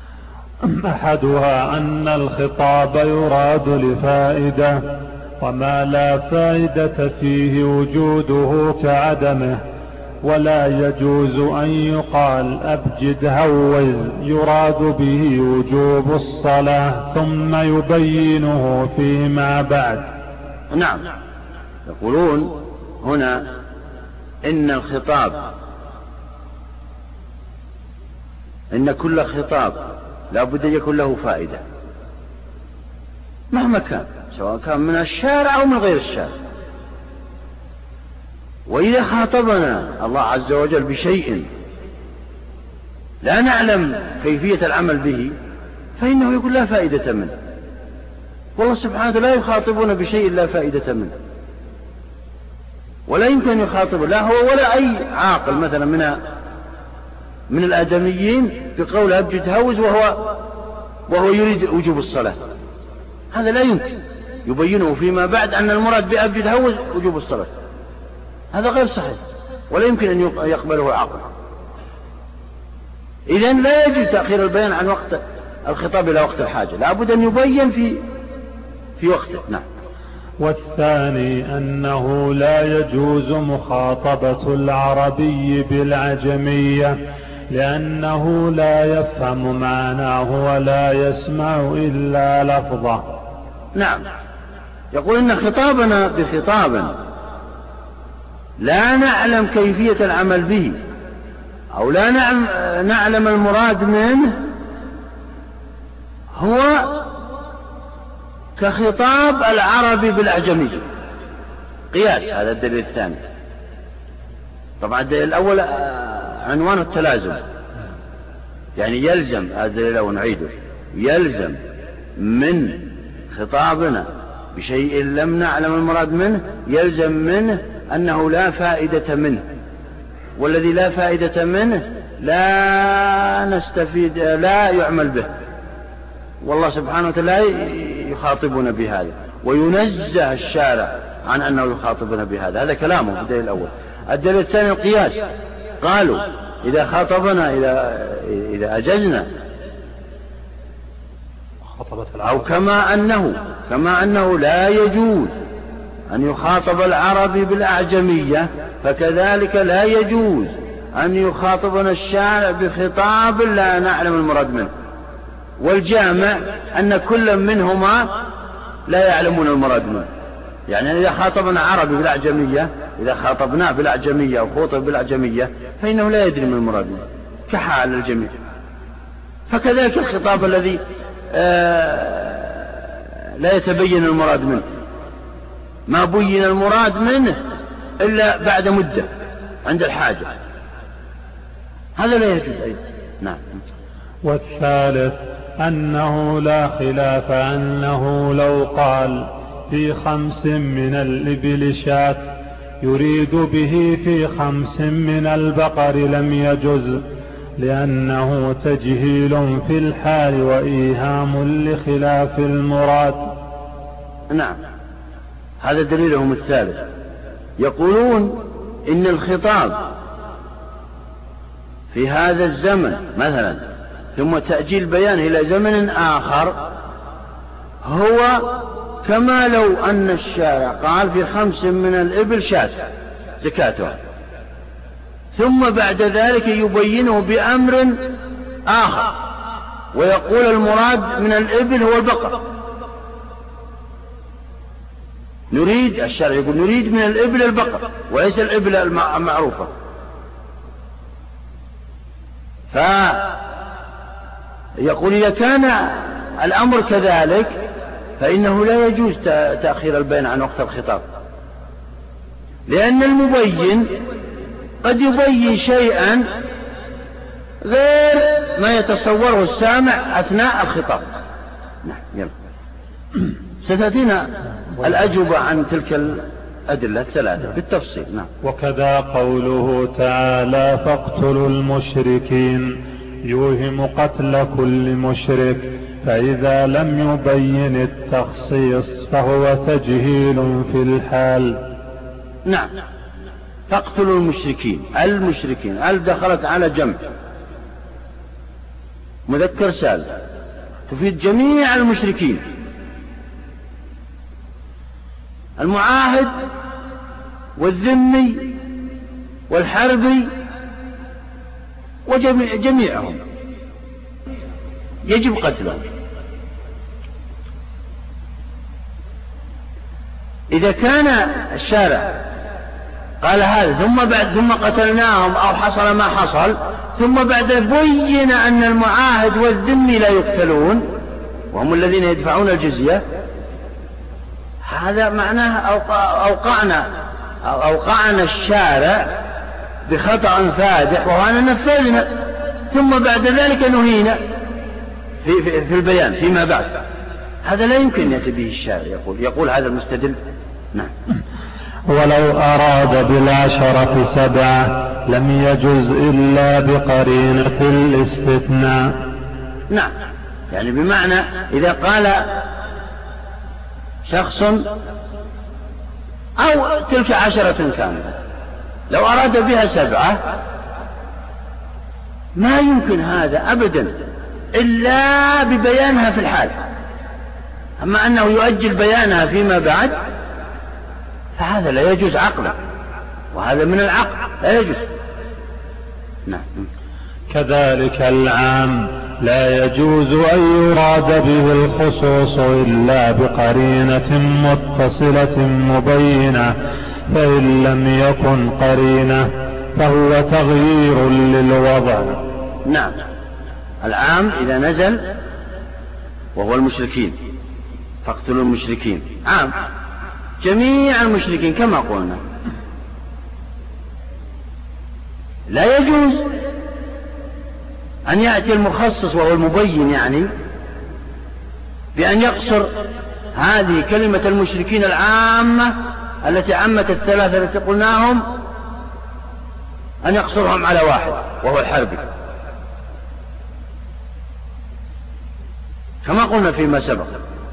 أحدها أن الخطاب يراد لفائدة، وما لا فائدة فيه وجوده كعدمه، ولا يجوز أن يقال أبجد هوز يراد به وجوب الصلاة ثم يبينه فيما بعد. نعم، يقولون هنا إن الخطاب إن كل خطاب لا بد أن يكون له فائدة مهما كان، سواء كان من الشارع أو من غير الشارع. وإذا خاطبنا الله عز وجل بشيء لا نعلم كيفية العمل به فإنه يكون لا فائدة منه، والله سبحانه وتعالى لا يخاطبنا بشيء لا فائدة منه، ولا يمكن أن يخاطب لا هو ولا أي عاقل مثلا من من الآدميين بقول أبجد هوز وهو وهو يريد وجوب الصلاة. هذا لا يمكن، يبينه فيما بعد أن المراد بأبجد هوز وجوب الصلاة. هذا غير صحيح ولا يمكن أن يقبله عقل. إذن لا يجوز تأخير البيان عن وقت الخطاب إلى وقت الحاجة، لا بد أن يبين في في وقته. نعم. والثاني أنه لا يجوز مخاطبة العربي بالعجمية، لأنه لا يفهم معناه ولا يسمع إلا لفظه. نعم، يقول إن خطابنا بخطاب لا نعلم كيفية العمل به أو لا نعلم المراد منه هو كخطاب العربي بالأعجمي. قياس، هذا الدليل الثاني. طبعا الدليل الأول عنوان التلازم، يعني يلزم، هذا الدليل الأول نعيده، يلزم من خطابنا بشيء لم نعلم المراد منه يلزم منه أنه لا فائدة منه، والذي لا فائدة منه لا نستفيد لا يعمل به، والله سبحانه وتعالى يخاطبنا بهذا، وينزه الشارع عن أنه يخاطبنا بهذا. هذا كلامه في الدليل الأول. الدليل الثاني القياس، قالوا إذا خاطبنا إذا إذا أجزنا أو كما أنه كما أنه لا يجوز أن يخاطب العربي بالأعجمية فكذلك لا يجوز أن يخاطبنا الشارع بخطاب لا نعلم المراد منه. والجامع أن كل منهما لا يعلمون المراد منه، يعني إذا خاطبنا عربي بالأعجمية إذا خاطبناه بالأعجمية أو خوطب بالأعجمية فإنه لا يدري من المراد منه كحال الجميع. فكذلك الخطاب الذي آه لا يتبين المراد منه، ما بين المراد منه إلا بعد مدة عند الحاجة، هذا لا يجوز أيضا. نعم. والثالث أنه لا خلاف أنه لو قال في خمس من الإبل شاة يريد به في خمس من البقر لم يجز، لأنه تجهيل في الحال وإيهام لخلاف المراد. نعم، هذا دليلهم الثالث. يقولون إن الخطاب في هذا الزمن مثلا ثم تأجيل بيانه إلى زمن آخر هو كما لو أن الشارع قال في خمس من الإبل شاة زكاتها، ثم بعد ذلك يبينه بأمر آخر ويقول المراد من الإبل هو البقر. نريد، الشرع يقول نريد من الإبل البقر وليس الإبل المعروفة. فيقول إذا كان الأمر كذلك فإنه لا يجوز تأخير البيان عن وقت الخطاب، لأن المبين قد يبين شيئا غير ما يتصوره السامع أثناء الخطاب. نعم يلا. ستأتينا الأجوبة عن تلك الأدلة الثلاثة بالتفصيل. نعم. وكذا قوله تعالى فاقتلوا المشركين يوهم قتل كل مشرك، فإذا لم يبين التخصيص فهو تجهيل في الحال. نعم. فاقتلوا المشركين، المشركين ال دخلت على جمع مذكر سالم تفيد جميع المشركين، المعاهد والذمي والحربي وجميعهم يجب قتلهم. إذا كان الشارع قال هذا ثم بعد ثم قتلناهم أو حصل ما حصل ثم بعد بين أن المعاهد والذمي لا يقتلون وهم الذين يدفعون الجزية، هذا معناه أوقعنا أوقعنا الشارع بخطأ فادح وأنا نفذنا، ثم بعد ذلك نهينا في, في, في البيان فيما بعد. هذا لا يمكن يأتي به الشارع. يقول يقول هذا المستدل. نعم. ولو أراد بالعشرة سبعة لم يجز إلا بقرينة الاستثناء. نعم، يعني بمعنى إذا قال شخص أو تلك عشرة كاملة لو أراد بها سبعة ما يمكن هذا أبدا إلا ببيانها في الحال، أما أنه يؤجل بيانها فيما بعد فهذا لا يجوز عقلا، وهذا من العقل لا يجوز. نعم. كذلك العام لا يجوز أن يراد به الخصوص إلا بقرينة متصلة مبينة، فإن لم يكن قرينة فهو تغيير للوضع. نعم. العام إذا نزل وهو المشركين فاقتلوا المشركين، عام جميع المشركين كما قلنا، لا يجوز أن يأتي المخصص وهو المبين يعني بأن يقصر هذه كلمة المشركين العامة التي عمت الثلاثة التي قلناهم، أن يقصرهم على واحد وهو الحربي كما قلنا فيما سبق،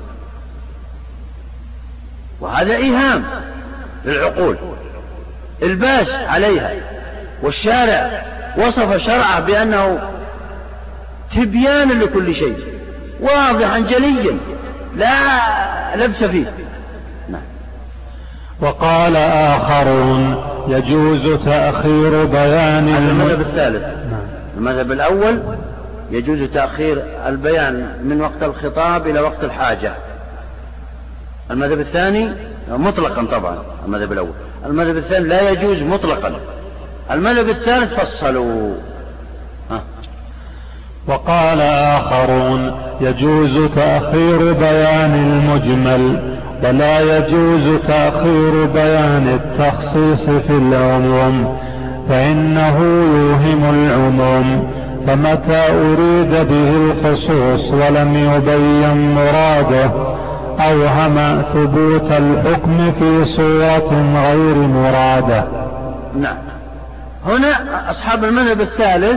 وهذا إيهام للعقول الباس عليها، والشارع وصف شرعه بأنه تبيان لكل شيء واضحا جليا لا لبس فيه. نعم. وقال آخرون يجوز تأخير بيان المذهب الثالث. نعم. المذهب الأول يجوز تأخير البيان من وقت الخطاب إلى وقت الحاجة. المذهب الثاني مطلقا طبعا المذهب الأول، المذهب الثاني لا يجوز مطلقا، المذهب الثالث فصلوا. ها. وقال آخرون يجوز تأخير بيان المجمل ولا يجوز تأخير بيان التخصيص في العموم، فإنه يوهم العموم، فمتى أريد به الخصوص ولم يبين مراده أوهم ثبوت الحكم في صورة غير مرادة. نعم. هنا أصحاب المذهب الثالث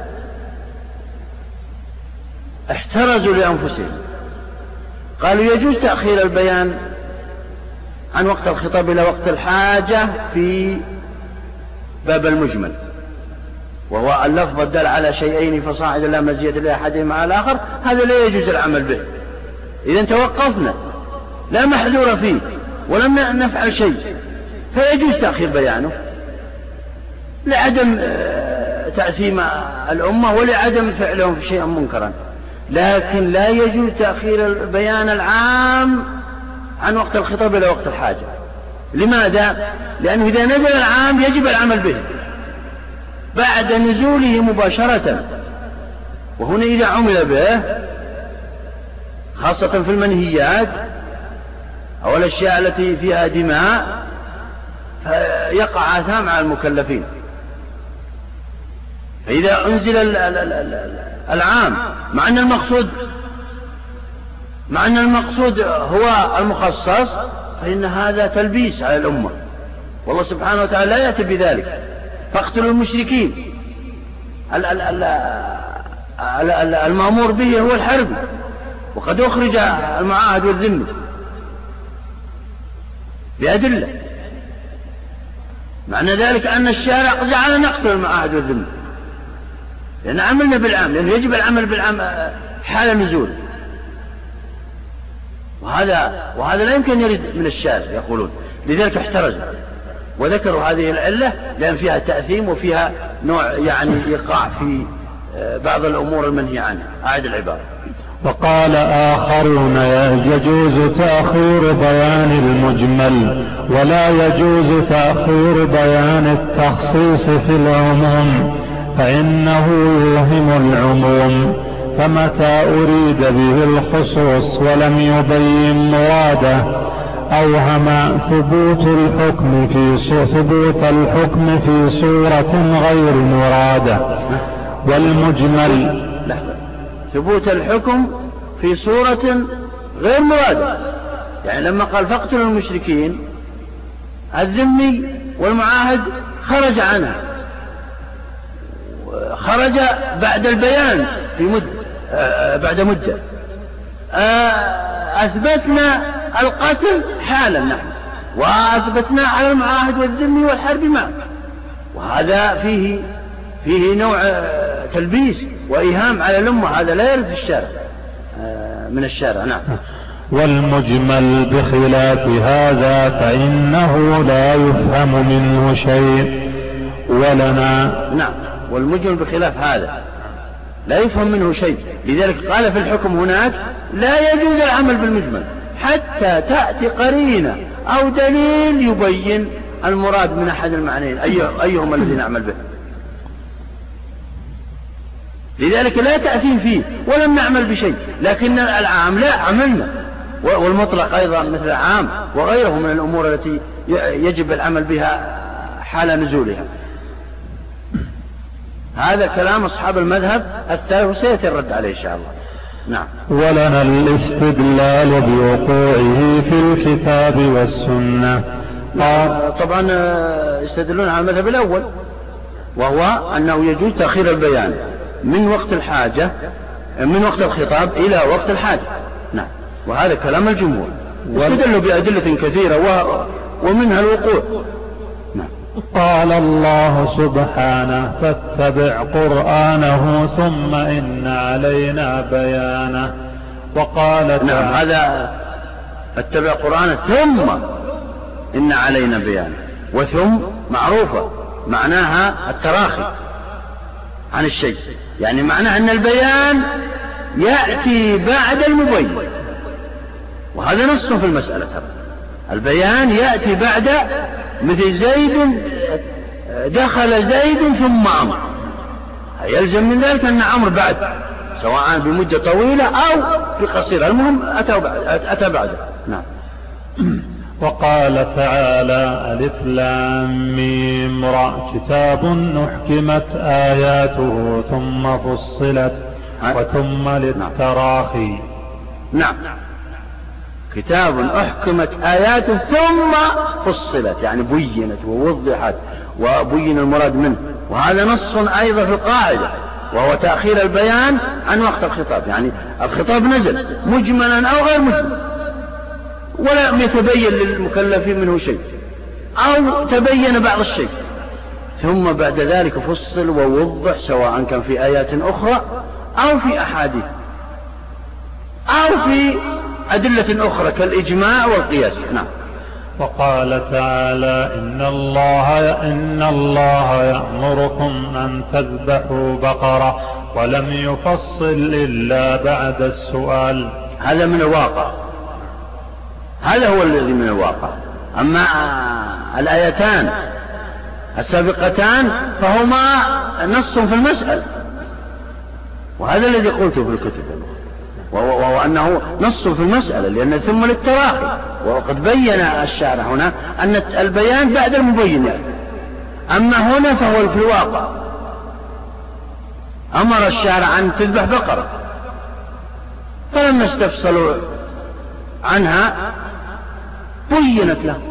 احترزوا لأنفسهم، قالوا يجوز تأخير البيان عن وقت الخطاب إلى وقت الحاجة في باب المجمل، وهو اللفظ الدال على شيئين فصاعدا لا مزية لأحدهما على الآخر، هذا لا يجوز العمل به. إذا توقفنا لا محذور فيه ولم نفعل شيء فيجوز تأخير بيانه لعدم تأثيم الأمة ولعدم فعلهم في شيء منكرا، لكن لا يجوز تأخير البيان العام عن وقت الخطاب إلى وقت الحاجة. لماذا؟ لأنه إذا نزل العام يجب العمل به بعد نزوله مباشرة، وهنا إذا عمل به خاصة في المنهيات أو الأشياء التي فيها دماء فيقع آثام على المكلفين. فإذا أنزل العام مع أن المقصود مع أن المقصود هو المخصص فإن هذا تلبيس على الأمة، والله سبحانه وتعالى لا يأتي بذلك. فاقتلوا المشركين، المأمور به هو الحرب، وقد أخرج المعاهد والذمة بأدلة. معنى ذلك أن الشارع جعلنا نقتل المعاهد والذمة لأن عملنا بالعام، لأنه يجب العمل بالعام حال نزول، وهذا وهذا لا يمكن يرد من الشارع يقولون. لذلك احترزوا وذكروا هذه العلة لأن فيها تأثيم وفيها نوع يعني إيقاع في بعض الأمور المنهي عنها. أعد العبارة. وقال آخرون يجوز تأخير بيان المجمل ولا يجوز تأخير بيان التخصيص في العموم فإنه يوهم العموم، فمتى أريد به الخصوص ولم يبين مراده أوهم ثبوت الحكم في ثبوت الحكم في صورة غير مرادة. والمجمل ثبوت الحكم في صورة غير مرادة، يعني لما قال فاقتلوا المشركين الذمي والمعاهد خرج عنها، خرج بعد البيان في مدة بعد مدة أثبتنا القتل حالا نحن، وأثبتنا على المعاهد والذمي والحرب معه، وهذا فيه فيه نوع تلبيس وإيهام على الأمة، هذا لا يرد في الشارع من الشارع. نعم. والمجمل بخلاف هذا فإنه لا يفهم منه شيء ولنا. نعم. والمجمل بخلاف هذا لا يفهم منه شيء، لذلك قال في الحكم هناك لا يجوز العمل بالمجمل حتى تأتي قرينة أو دليل يبين المراد من أحد المعنيين أيهما الذي نعمل به. لذلك لا تأثيم فيه ولم نعمل بشيء، لكن العام لا عملنا، والمطلق أيضا مثل العام وغيره من الأمور التي يجب العمل بها حال نزولها. هذا كلام أصحاب المذهب الثالث وسيأتي الرد عليه إن شاء الله. نعم. ولنا الاستدلال بوقوعه في الكتاب والسنة. طبعا يستدلون على المذهب الأول وهو أنه يجوز تأخير البيان من وقت الحاجة من وقت الخطاب إلى وقت الحاجة. نعم. وهذا كلام الجمهور، واستدلوا بأدلة كثيرة ومنها الوقوع. نعم. قال الله سبحانه فاتبع قرآنه ثم إن علينا بيانه. وقال نعم، هذا اتبع قرآنه ثم إن علينا بيانه، وثم معروفة معناها التراخي عن الشيء، يعني معناه أن البيان يأتي بعد المبين، وهذا نص في المسألة. البيان يأتي بعد، مثل زيد دخل زيد ثم عمرو، يلزم من ذلك أن عمرو بعد، سواء بمدة طويلة أو بقصيرة، المهم أتى بعده. نعم. وقال تعالى ألف لام ميم را كتاب أحكمت آياته ثم فصلت وثم للتراخي. نعم. كتاب أحكمت آياته ثم فصلت، يعني بينت ووضحت وبين المراد منه، وهذا نص أيضا في القاعدة وهو تأخير البيان عن وقت الخطاب، يعني الخطاب نزل مجملا أو غير مجمل ولم يتبين للمكلفين منه شيء أو تبين بعض الشيء، ثم بعد ذلك فصل ووضح، سواء كان في آيات أخرى أو في أحاديث أو في أدلة أخرى كالإجماع والقياس. نعم. وقال تعالى إن الله إن الله يأمركم أن تذبحوا بقرة ولم يفصل إلا بعد السؤال. هذا من الواقع، هذا هو الذي من الواقع. أما الآيتان السابقتان فهما نص في المسألة، وهذا الذي قلته في الكتب، وهو أنه نص في المسألة، لأن ثم للتراخي. وقد بين الشارع هنا أن البيان بعد المبين، أما هنا فهو في الواقع. أمر الشارع أن تذبح بقرة، فلما استفصلوا عنها بينت لهم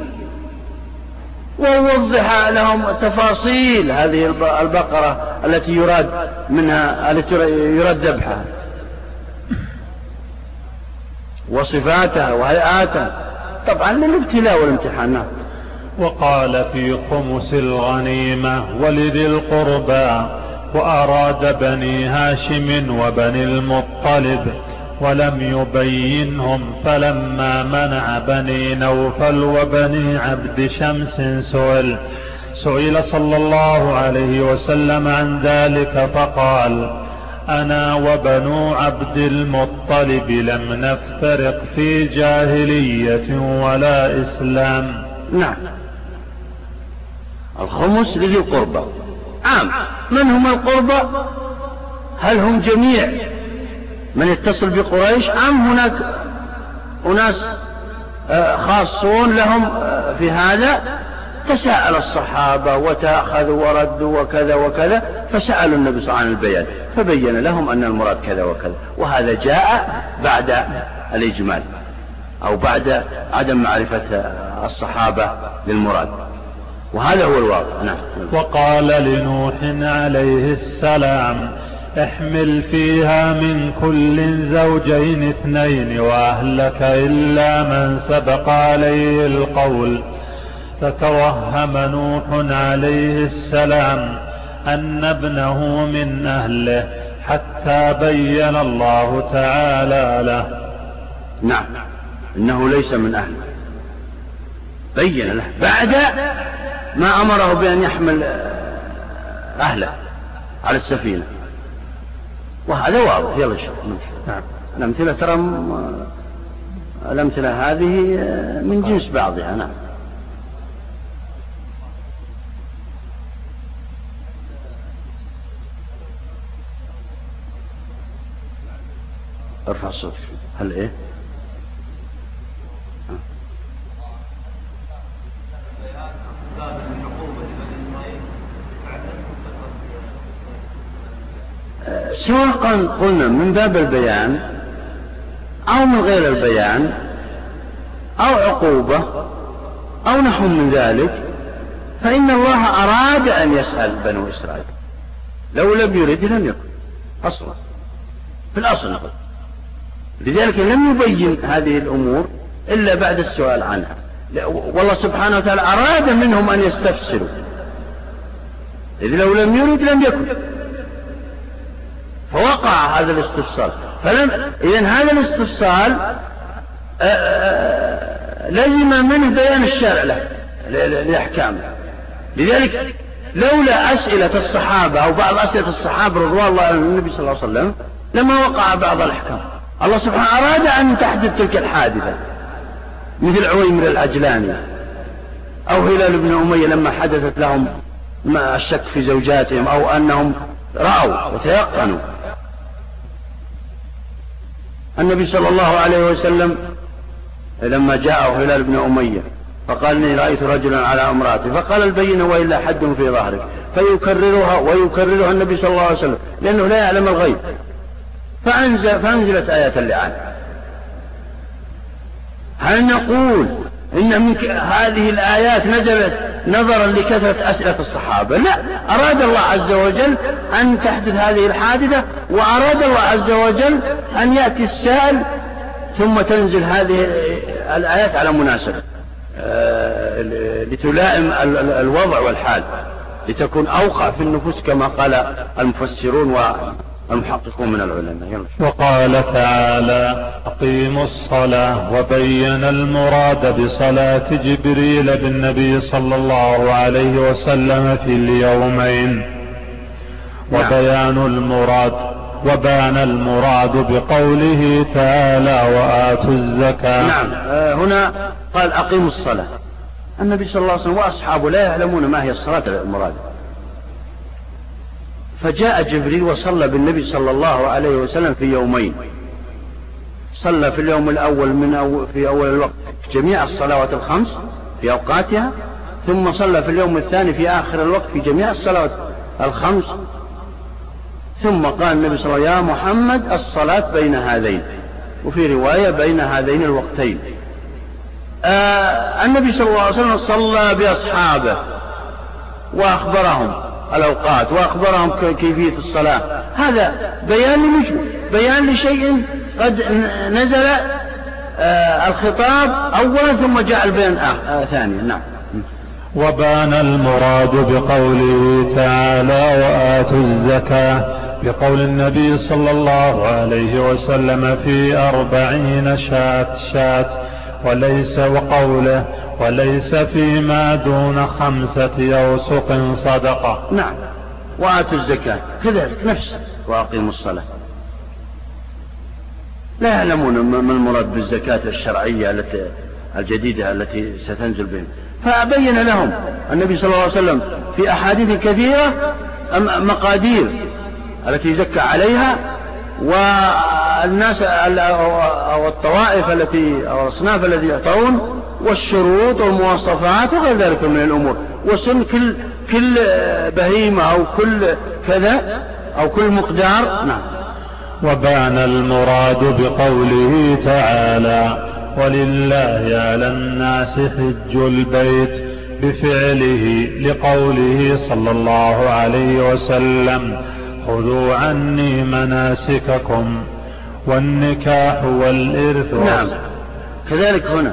ووضح لهم تفاصيل هذه البقرة التي يراد منها التي يراد ذبحها وصفاتها وهيئاتها، طبعا للابتلاء والامتحان. وقال في خمس الغنيمة ولذي القربى وأراد بني هاشم وبني المطلب ولم يبينهم، فلما منع بني نوفل وبني عبد شمس سئل سئل صلى الله عليه وسلم عن ذلك فقال: أنا وبنو عبد المطلب لم نفترق في جاهلية ولا إسلام. نعم، الخمس لذي القربى عام. من هم القربى؟ هل هم جميع من يتصل بقريش أم هناك أناس خاصون لهم في هذا؟ تساءل الصحابة وتأخذوا وردوا وكذا وكذا، فسألوا النبي صلى الله عليه وسلم البيان فبين لهم أن المراد كذا وكذا، وهذا جاء بعد الإجمال أو بعد عدم معرفة الصحابة للمراد، وهذا هو الواقع. نعم. وقال لنوح عليه السلام: احمل فيها من كل زوجين اثنين وأهلك إلا من سبق عليه القول. فتوهم نوح عليه السلام أن ابنه من أهله حتى بين الله تعالى له. نعم، إنه ليس من أهله، بين له بعد ما أمره بأن يحمل أهله على السفينة، وهذا واضح. يلا شوف. نعم. الأمثلة ترى الأمثلة هذه من جنس بعضها. نعم. ارفع الصوت. هل ايه؟ سواء قلنا من باب البيان أو من غير البيان أو عقوبة أو نحو من ذلك، فإن الله أراد أن يسأل بنو إسرائيل، لو لم يرد لم يكن أصلا في الأصل نقول. لذلك لم يبين هذه الأمور إلا بعد السؤال عنها، والله سبحانه وتعالى أراد منهم أن يستفسروا، إذ لو لم يرد لم يكن، فوقع هذا الاستفسار. فلم إذن هذا الاستفسار لزم منه بيان الشرع له لأحكامه. لذلك لولا أسئلة الصحابة أو بعض أسئلة الصحابة رضوان الله عنهم النبي صلى الله عليه وسلم لما وقع بعض الأحكام. الله سبحانه أراد أن تحدث تلك الحادثة، مثل عويمر العجلاني أو هلال بن أمية لما حدثت لهم الشك في زوجاتهم أو أنهم رأوا وتيقنوا. النبي صلى الله عليه وسلم لما جاءه هلال بن أمية فقال: إني رأيت رجلا على امرأته، فقال: البينة وإلا حد في ظهرك، فيكررها ويكررها النبي صلى الله عليه وسلم لأنه لا يعلم الغيب، فأنزل فأنزلت آية اللعان. هل نقول إن من هذه الآيات نزلت نظرا لكثرة أسئلة الصحابة؟ لا، أراد الله عز وجل أن تحدث هذه الحادثة، وأراد الله عز وجل أن يأتي السائل ثم تنزل هذه الآيات على مناسبة لتلائم الوضع والحال، لتكون أوقع في النفوس كما قال المفسرون والمحققون من العلماء. وقال تعالى: أقيموا الصلاة، وبين المراد بصلاة جبريل بالنبي صلى الله عليه وسلم في اليومين، وبيان المراد وبان المراد بقوله تعالى وآتوا الزكاة. نعم. آه هنا قال أقيموا الصلاة. النبي صلى الله عليه وسلم وأصحابه لا يعلمون ما هي الصلاة المراد، فجاء جبريل وصلى بالنبي صلى الله عليه وسلم في يومين. صلى في اليوم الأول من أول في أول الوقت جميع الصلوات الخمس في أوقاتها، ثم صلى في اليوم الثاني في آخر الوقت في جميع الصلوات الخمس، ثم قال النبي صلى الله عليه وسلم: يا محمد الصلاة بين هذين، وفي رواية بين هذين الوقتين. آه النبي صلى الله عليه وسلم صلى بأصحابه وأخبرهم الأوقات وأخبرهم كيفية الصلاة. هذا بيان لمجمل، بيان لشيء قد نزل آه الخطاب أولا ثم جاء البيان آه ثانيا. نعم. وبان المراد بقوله تعالى وآتوا الزكاة بقول النبي صلى الله عليه وسلم في أربعين شاة شاة وليس وقوله وليس فيما دون خمسة أوسق صدقة. نعم. وآتوا الزكاة كذلك نفس وأقيموا الصلاة. لا يعلمون ما المراد بالزكاة الشرعية التي الجديدة التي ستنزل بهم، فبين لهم النبي صلى الله عليه وسلم في أحاديث كثيرة مقادير التي زكى عليها، والناس أو الطوائف التي أو الأصناف التي يعطون، والشروط والمواصفات وغير ذلك من الأمور، وسن كل كل بهيمة أو كل كذا أو كل مقدار. نعم. وبان المراد بقوله تعالى ولله على الناس حج البيت بفعله لقوله صلى الله عليه وسلم خذوا عني مناسككم والنكاح والإرث. نعم. كذلك هنا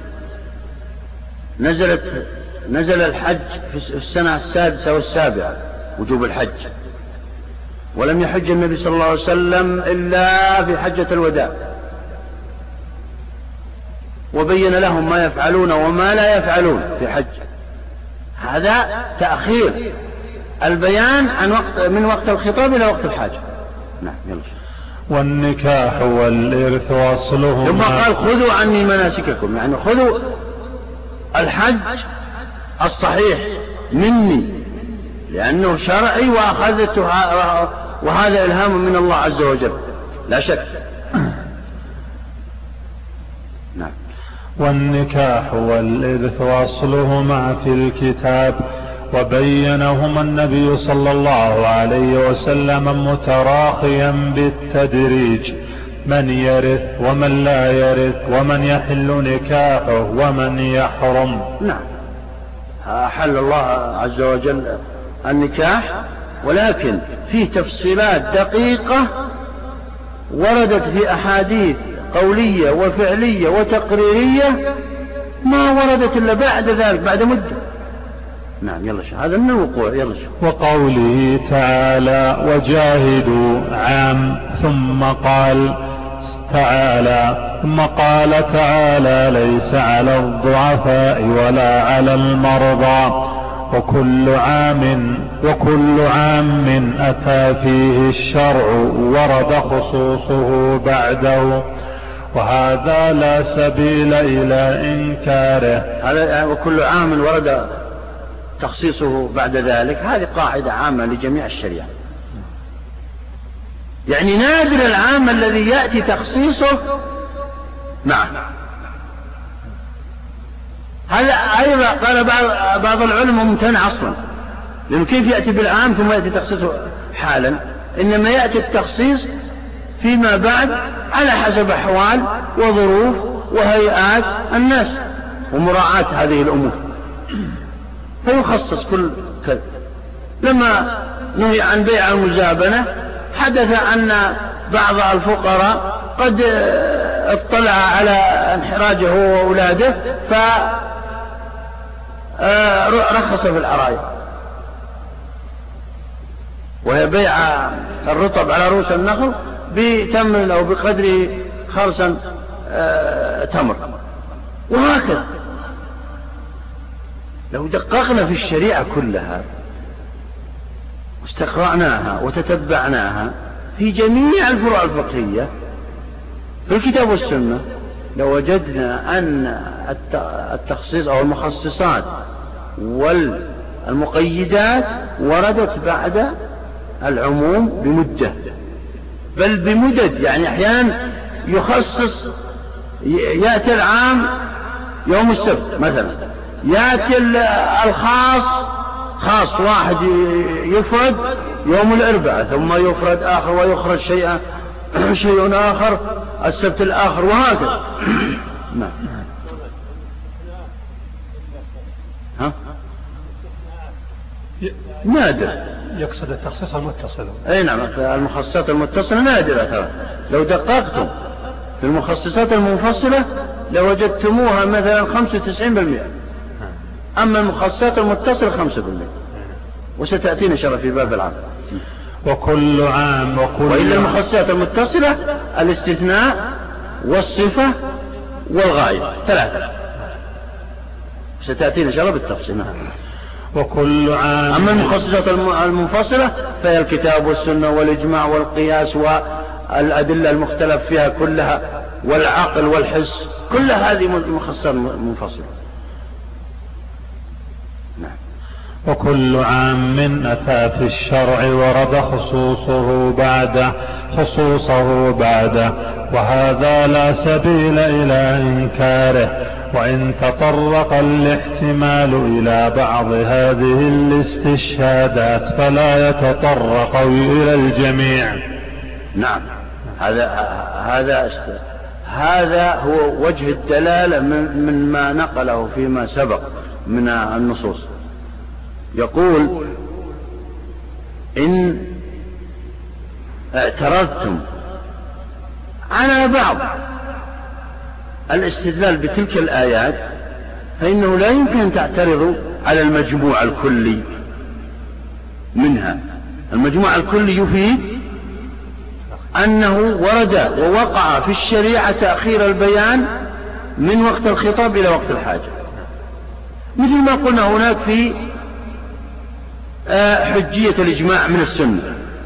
نزلت نزل الحج في السنة السادسة والسابعة وجوب الحج، ولم يحج النبي صلى الله عليه وسلم إلا في حجة الوداع، وبين لهم ما يفعلون وما لا يفعلون في حج. هذا تأخير البيان عن وقت من وقت الخطاب إلى وقت الحاجة. نعم. يلا. والنكاح والإرث أصلهما. ثم قال خذوا عني مناسككم، يعني خذوا الحج الصحيح مني لأنه شرعي وأخذته، وهذا إلهام من الله عز وجل لا شك. نعم. والنكاح والإرث أصلهما في الكتاب وبينهما النبي صلى الله عليه وسلم متراخيا بالتدريج، من يرث ومن لا يرث ومن يحل نكاحه ومن يحرم. نعم. أحل الله عز وجل النكاح، ولكن فيه تفصيلات دقيقة وردت في أحاديث قولية وفعلية وتقريرية ما وردت إلا بعد ذلك بعد مدة. نعم. يلا شو هذا من الوقوع. يلا شو. وقوله تعالى وجاهدوا عام ثم قال تعالى ثم قال تعالى ليس على الضعفاء ولا على المرضى وكل عام وكل عام أتى فيه الشرع ورد خصوصه بعده، وهذا لا سبيل إلى إنكاره. هذا وكل عام ورد تخصيصه بعد ذلك، هذه قاعدة عامة لجميع الشريعة، يعني نادر العام الذي يأتي تخصيصه. نعم. هذا أيضا قال بعض العلماء ممتنع أصلا، لأنه كيف يأتي بالعام ثم يأتي تخصيصه حالا، إنما يأتي التخصيص فيما بعد على حسب أحوال وظروف وهيئات الناس ومراعاة هذه الأمور، فيخصص كل كذا. لما نهي عن بيع المزابنة حدث أن بعض الفقراء قد اطلع على انحراجه هو وأولاده فرخص في العرايا، وهي بيع الرطب على رؤوس النخل بتمر أو بقدر خرسا تمر، وهكذا. لو دققنا في الشريعة كلها واستقرأناها وتتبعناها في جميع الفروع الفقهية في الكتاب والسنة لوجدنا أن التخصيص أو المخصصات والمقيدات وردت بعد العموم بمدة، بل بمدد. يعني أحيانا يخصص، يأتي العام يوم السبت مثلا، يأتي الخاص خاص واحد يفرد يوم الأربعاء، ثم يفرد آخر ويخرج شيء شيء آخر السبت الآخر، وهكذا. نعم. ها؟ نادر. يقصد التخصيص المتصل. أي نعم، المخصصات المتصلة نادرة ترى. لو دققتم في المخصصات المنفصلة لوجدتموها مثلا خمسة وتسعين بالمئة، أما المخصصات المتصلة خمسة بالمئة، وستأتينا إن شاء الله في باب العام. وكل عام وكل وإلا المخصصات المتصلة الاستثناء والصفة والغاية ثلاثة، ستأتينا إن شاء الله بالتفصيل. وكل عام. أما المخصصات المنفصلة فهي الكتاب والسنة والإجماع والقياس والأدلة المختلف فيها كلها والعقل والحس، كل هذه مخصصات منفصلة. نعم. وكل عام أتى في الشرع ورد خصوصه بعده خصوصه بعده وهذا لا سبيل إلى إنكاره، وإن تطرق الاحتمال إلى بعض هذه الاستشهادات فلا يتطرق إلى الجميع. نعم، هذا هذا هذا هو وجه الدلالة من, من ما نقله فيما سبق من النصوص. يقول: إن اعترضتم على بعض الاستدلال بتلك الآيات فإنه لا يمكن أن تعترضوا على المجموع الكلي منها. المجموع الكلي يفيد أنه ورد ووقع في الشريعة تأخير البيان من وقت الخطاب إلى وقت الحاجة، مثل ما قلنا هناك في حجية الإجماع من السنة،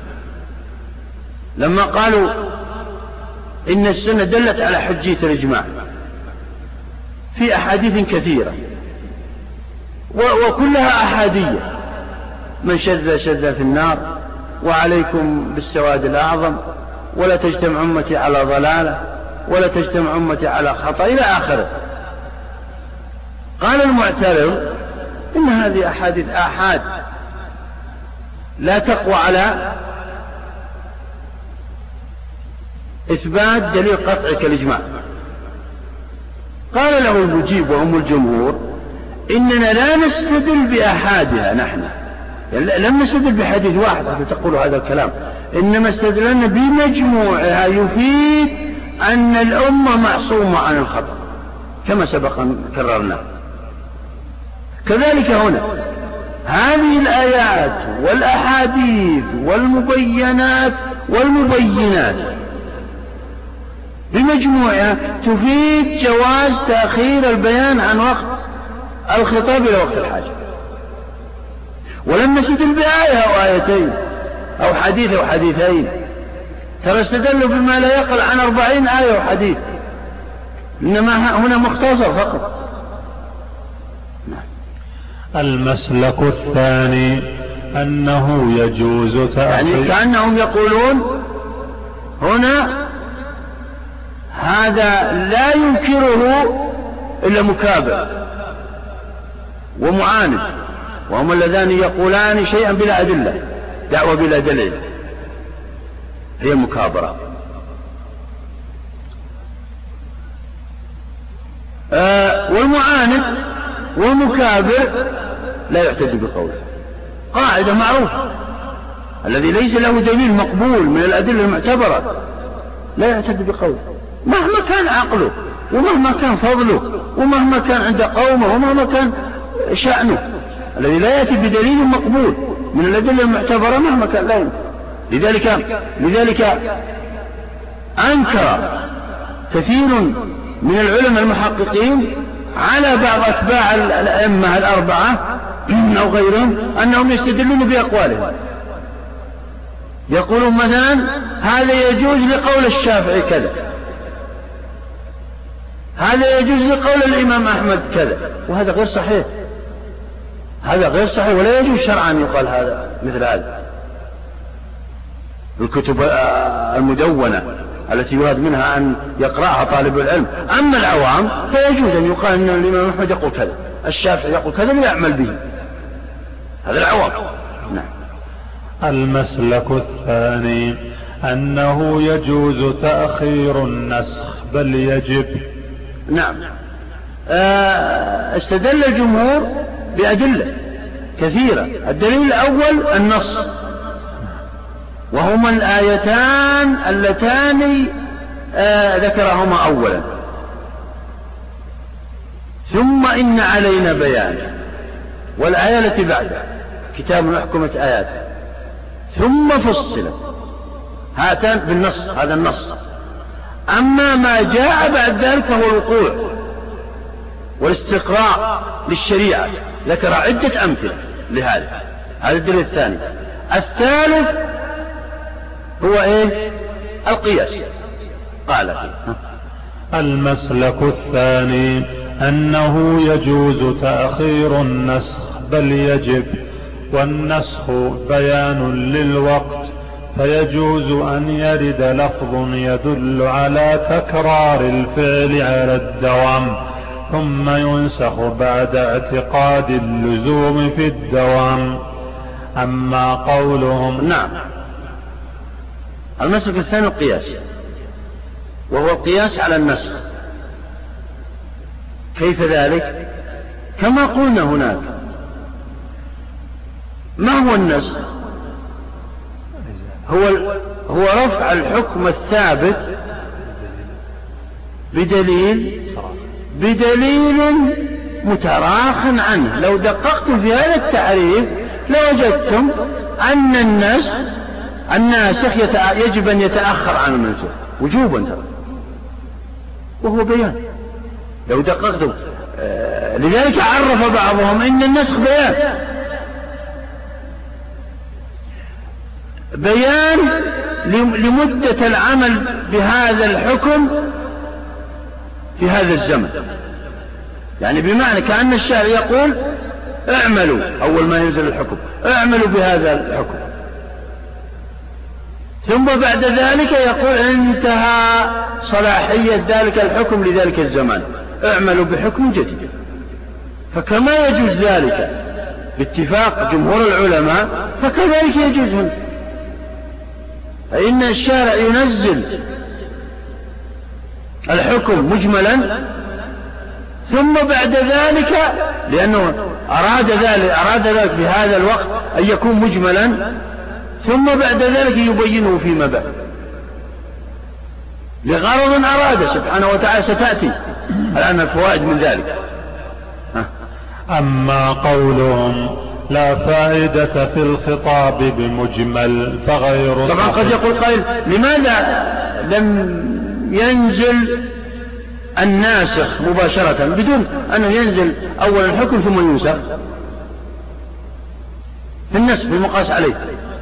لما قالوا إن السنة دلت على حجية الإجماع في أحاديث كثيرة وكلها أحادية: من شذ شذ في النار، وعليكم بالسواد الأعظم، ولا تجتمع أمتي على ضلالة، ولا تجتمع أمتي على خطأ، إلى آخره. قال المعترض: إن هذه أحاديث آحاد لا تقوى على إثبات دليل قطعي كالإجماع. قال له المجيب وهم الجمهور: إننا لا نستدل بأحادها، نحن يعني لم نستدل بحديث واحد حتى تقولوا هذا الكلام، إنما استدلنا بمجموعها يفيد أن الأمة معصومة عن الخطأ كما سبق كررنا. كذلك هنا هذه الآيات والأحاديث والمبينات والمبينات بمجموعها تفيد جواز تأخير البيان عن وقت الخطاب إلى وقت الحاجة. ولم نستدل بآية أو آيتين أو حديث أو حديثين، ترى استدلوا بما لا يقل عن أربعين آية وحديث، إنما هنا مختصر فقط. المسلك الثاني أنه يجوز تأخير، يعني كأنهم يقولون هنا هذا لا ينكره إلا مكابر ومعاند، وهم اللذان يقولان شيئا بلا أدلة، دعوة بلا دليل، هي المكابرة. آه والمعاند والمكابر لا يعتد بقوله، قاعدة معروفة: الذي ليس له دليل مقبول من الأدلة المعتبرة لا يعتد بقوله، مهما كان عقله ومهما كان فضله ومهما كان عند قومه ومهما كان شأنه. الذي لا يأتي بدليل مقبول من الأدلة المعتبرة مهما كان لا يمكن. لذلك لذلك أنكر كثير من العلماء المحققين على بعض أتباع الأئمة الأربعة أو غيرهم أنهم يستدلون بأقوالهم، يقولون مثلا هذا يجوز لقول الشافعي كذا، هذا يجوز لقول الإمام أحمد كذا، وهذا غير صحيح، هذا غير صحيح ولا يجوز شرعا يقال هذا مثل هذا. الكتب المدونة التي يراد منها أن يقرأها طالب العلم. أما العوام فيجوز أن يقال أن الإمام أحمد يقول كذا، الشافعي يقول كذا ويعمل به، هذا العوام. نعم. المسلك الثاني أنه يجوز تأخير النسخ بل يجب. نعم. استدل الجمهور بأدلة كثيرة. الدليل الأول النص، وهما الآيتان اللتان ذكرهما أولا، ثم إن علينا بيان، والآية التي بعدها كتاب أحكمت آياته ثم فصلت، هاتان بالنص، هذا النص. أما ما جاء بعد ذلك فهو الوقوع والاستقراء للشريعة، ذكر عدة أمثلة لهذا. هذا الدليل الثاني. الثالث هو إيه؟ القياس. قال المسلك الثاني أنه يجوز تأخير النسخ بل يجب، والنسخ بيان للوقت، فيجوز أن يرد لفظ يدل على تكرار الفعل على الدوام ثم ينسخ بعد اعتقاد اللزوم في الدوام. أما قولهم نعم. المسلك الثاني القياس، وهو القياس على النسخ. كيف ذلك؟ كما قلنا هناك، ما هو النسخ؟ هو هو رفع الحكم الثابت بدليل بدليل متراخ عنه. لو دققتم في هذا التعريف لوجدتم أن النسخ الناسخ يجب أن يتأخر عن المنسوخ وجوبا، وهو بيان. لو دققتم آه لذلك عرف بعضهم إن النسخ بيان، بيان لمدة العمل بهذا الحكم في هذا الزمن. يعني بمعنى كأن الشارع يقول اعملوا أول ما ينزل الحكم، اعملوا بهذا الحكم، ثم بعد ذلك يقول انتهى صلاحية ذلك الحكم لذلك الزمان، اعملوا بحكم جديد. فكما يجوز ذلك باتفاق جمهور العلماء فكذلك يجوز هنا. فإن الشارع ينزل الحكم مجملا، ثم بعد ذلك لأنه أراد ذلك أراد ذلك في هذا الوقت أن يكون مجملا، ثم بعد ذلك يبينه فيما بعد لغرض أراد سبحانه وتعالى، ستأتي الآن الفوائد من ذلك. أما قولهم لا فائدة في الخطاب بمجمل فغير طبعا صحيح. قد يقول قائل لماذا لم ينزل الناسخ مباشرة بدون أنه ينزل أول الحكم ثم ينسخ في النسخ بالمقاس عليه؟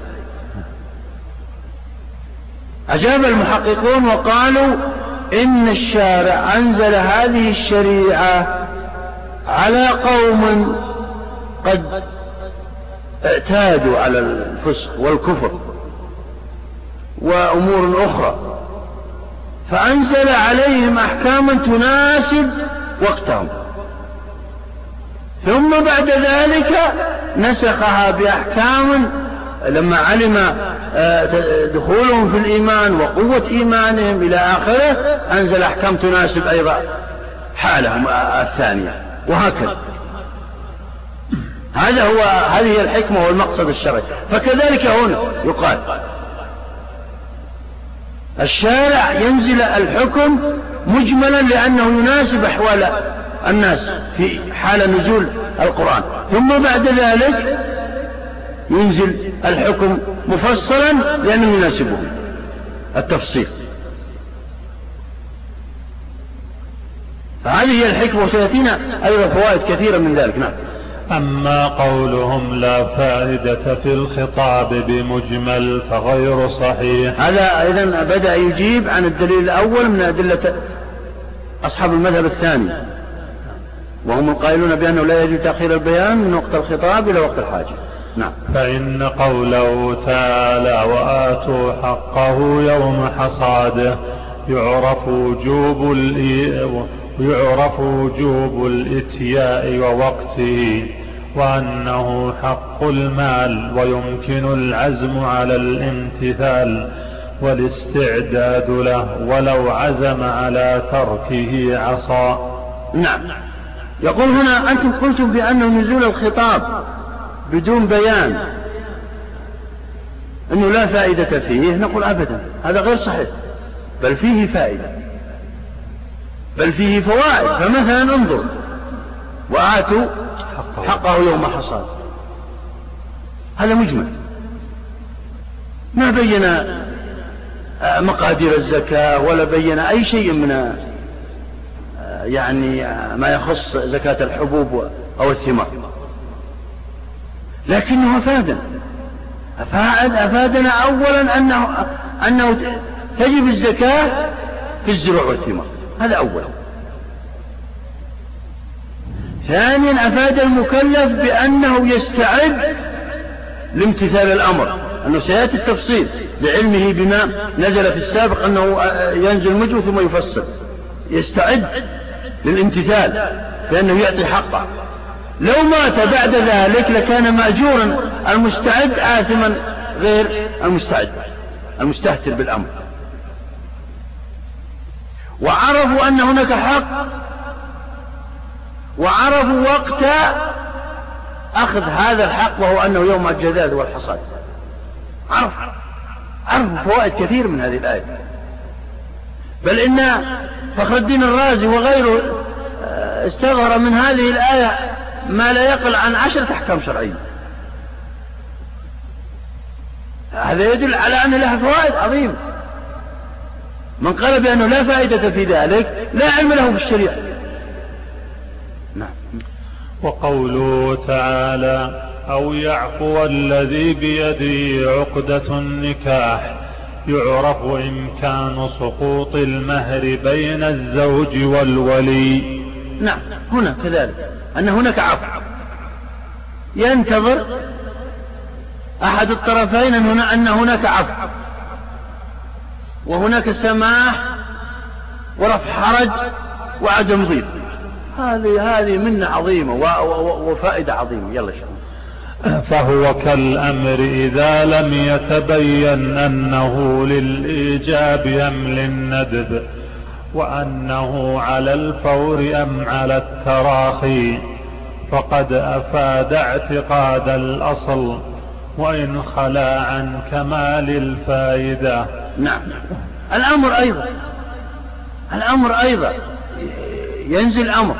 أجاب المحققون وقالوا إن الشارع أنزل هذه الشريعة على قوم قد اعتادوا على الفسق والكفر وأمور أخرى، فأنزل عليهم أحكاما تناسب وقتهم، ثم بعد ذلك نسخها بأحكام لما علم دخولهم في الإيمان وقوة إيمانهم إلى آخره، أنزل أحكام تناسب أيضا حالهم الثانية، وهكذا. هذا هو هذه الحكمة والمقصد الشرعي. فكذلك هنا يقال الشارع ينزل الحكم مجملا لأنه يناسب أحوال الناس في حال نزول القرآن، ثم بعد ذلك ينزل الحكم مفصلا لأنه يناسبه التفصيل. فهذه هي الحكمة، وسيأتينا أيضا فوائد كثيرة من ذلك. نعم. أما قولهم لا فائدة في الخطاب بمجمل فغير صحيح. هذا إذن بدأ يجيب عن الدليل الأول من أدلة أصحاب المذهب الثاني، وهم القائلون بأنه لا يجوز تأخير البيان من وقت الخطاب إلى وقت الحاجة. نعم. فإن قوله تعالى وآتوا حقه يوم حصاده يعرف وجوب يعرف وجوب الإتياء ووقته، وأنه حق المال ويمكن العزم على الامتثال والاستعداد له ولو عزم على تركه عصى. نعم. يقول هنا أنتم قلتم بأنه نزول الخطاب بدون بيان أنه لا فائدة فيه، نقول أبدا هذا غير صحيح، بل فيه فائدة، بل فيه فوائد. فمثلا انظر وآتوا حقه يوم حصاد، هذا مجمل، ما بين مقادير الزكاة ولا بين أي شيء من يعني ما يخص زكاة الحبوب أو الثمار، لكنه أفادنا أفاد أفادنا أولا أنه, أنه تجب الزكاة في الزروع والثمار، هذا أولا. ثانيا أفاد المكلف بأنه يستعد لامتثال الأمر، أنه سيأتي التفصيل لعلمه بما نزل في السابق أنه ينزل مجمل ثم يفصل، يستعد للامتثال بأنه يعطي حقه. لو مات بعد ذلك لكان مأجورا المستعد آثما غير المستعد المستهتر بالأمر. وعرفوا أن هناك حق، وعرفوا وقت أخذ هذا الحق وهو أنه يوم الجذاذ والحصاد. عرف عرفوا فوائد كثير من هذه الآية، بل إن فخر الدين الرازي وغيره استظهر من هذه الآية ما لا يقل عن عشرة أحكام شرعية. هذا يدل على أن لها فوائد عظيمة. من قال بأنه لا فائدة في ذلك لا علم له بالشريعة. نعم. وقوله تعالى أو يعفو الذي بيده عقدة النكاح يعرف إمكان سقوط المهر بين الزوج والولي. نعم. هنا كذلك أن هناك عفو، ينتظر أحد الطرفين أن هناك عفو وهناك سماح ورفع حرج وعدم ضيق. هذه هذه منة عظيمة وفائدة عظيمة. يلا شو. فهو كالأمر إذا لم يتبين أنه للإيجاب أم للندب، وأنه على الفور أم على التراخي، فقد أفاد اعتقاد الأصل وإن خلا عن كمال الفائدة. نعم. الأمر أيضا الأمر أيضا ينزل أمر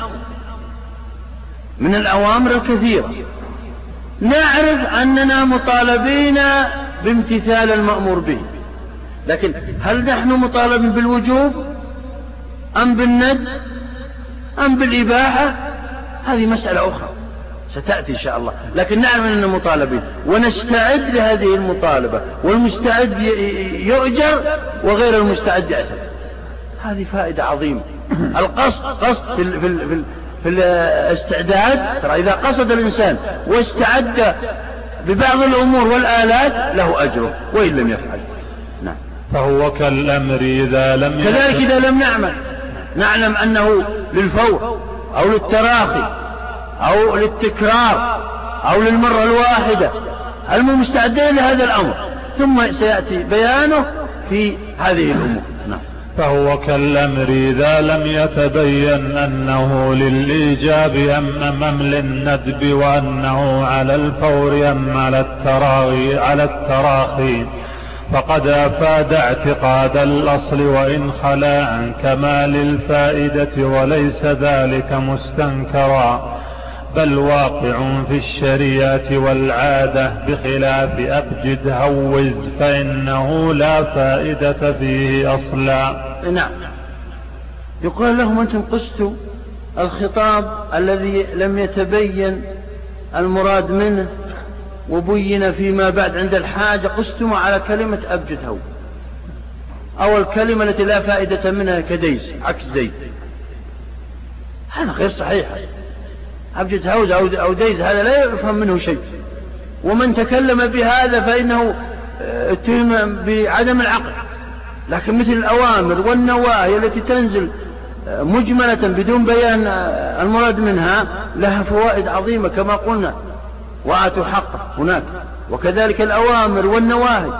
من الأوامر الكثيرة، نعرف أننا مطالبين بامتثال المأمور به، لكن هل نحن مطالبين بالوجوب أم بالند أم بالإباحة؟ هذه مسألة أخرى ستأتي إن شاء الله، لكن نعلم أننا مطالبين ونستعد لهذه المطالبة، والمستعد يؤجر وغير المستعد يأثم. هذه فائدة عظيمة. القصد قصد في, ال في, ال في, ال في الاستعداد، ترى إذا قصد الإنسان واستعد ببعض الأمور والآلات له أجره وإن لم يفعل. نعم. فهو كالأمر إذا لم يفعل. كذلك إذا لم نعمل نعلم أنه للفور أو للتراخي أو للتكرار أو للمرة الواحدة، المستعدين لهذا الأمر ثم سيأتي بيانه في هذه الأمور. نعم. فهو كالأمر إذا لم يتبين أنه للإيجاب أم أم للندب، وأنه على الفور أم على التراخي على التراخي فقد أفاد اعتقاد الأصل وإن خلا عن كمال الفائدة، وليس ذلك مستنكرا بل واقع في الشريعة والعادة، بخلاف أبجد هوز فإنه لا فائدة فيه أصلا. نعم. يقول لهم أنتم قستوا الخطاب الذي لم يتبين المراد منه وبين فيما بعد عند الحاجة قستم على كلمة أبجد هود، أو الكلمة التي لا فائدة منها كديس عكس زيد، هذا غير صحيح. أبجد هود أو ديس هذا لا يفهم منه شيء، ومن تكلم بهذا فإنه اتهم بعدم العقل. لكن مثل الأوامر والنواهي التي تنزل مجملة بدون بيان المراد منها لها فوائد عظيمة كما قلنا، وآتوا حقه هناك. وكذلك الأوامر والنواهي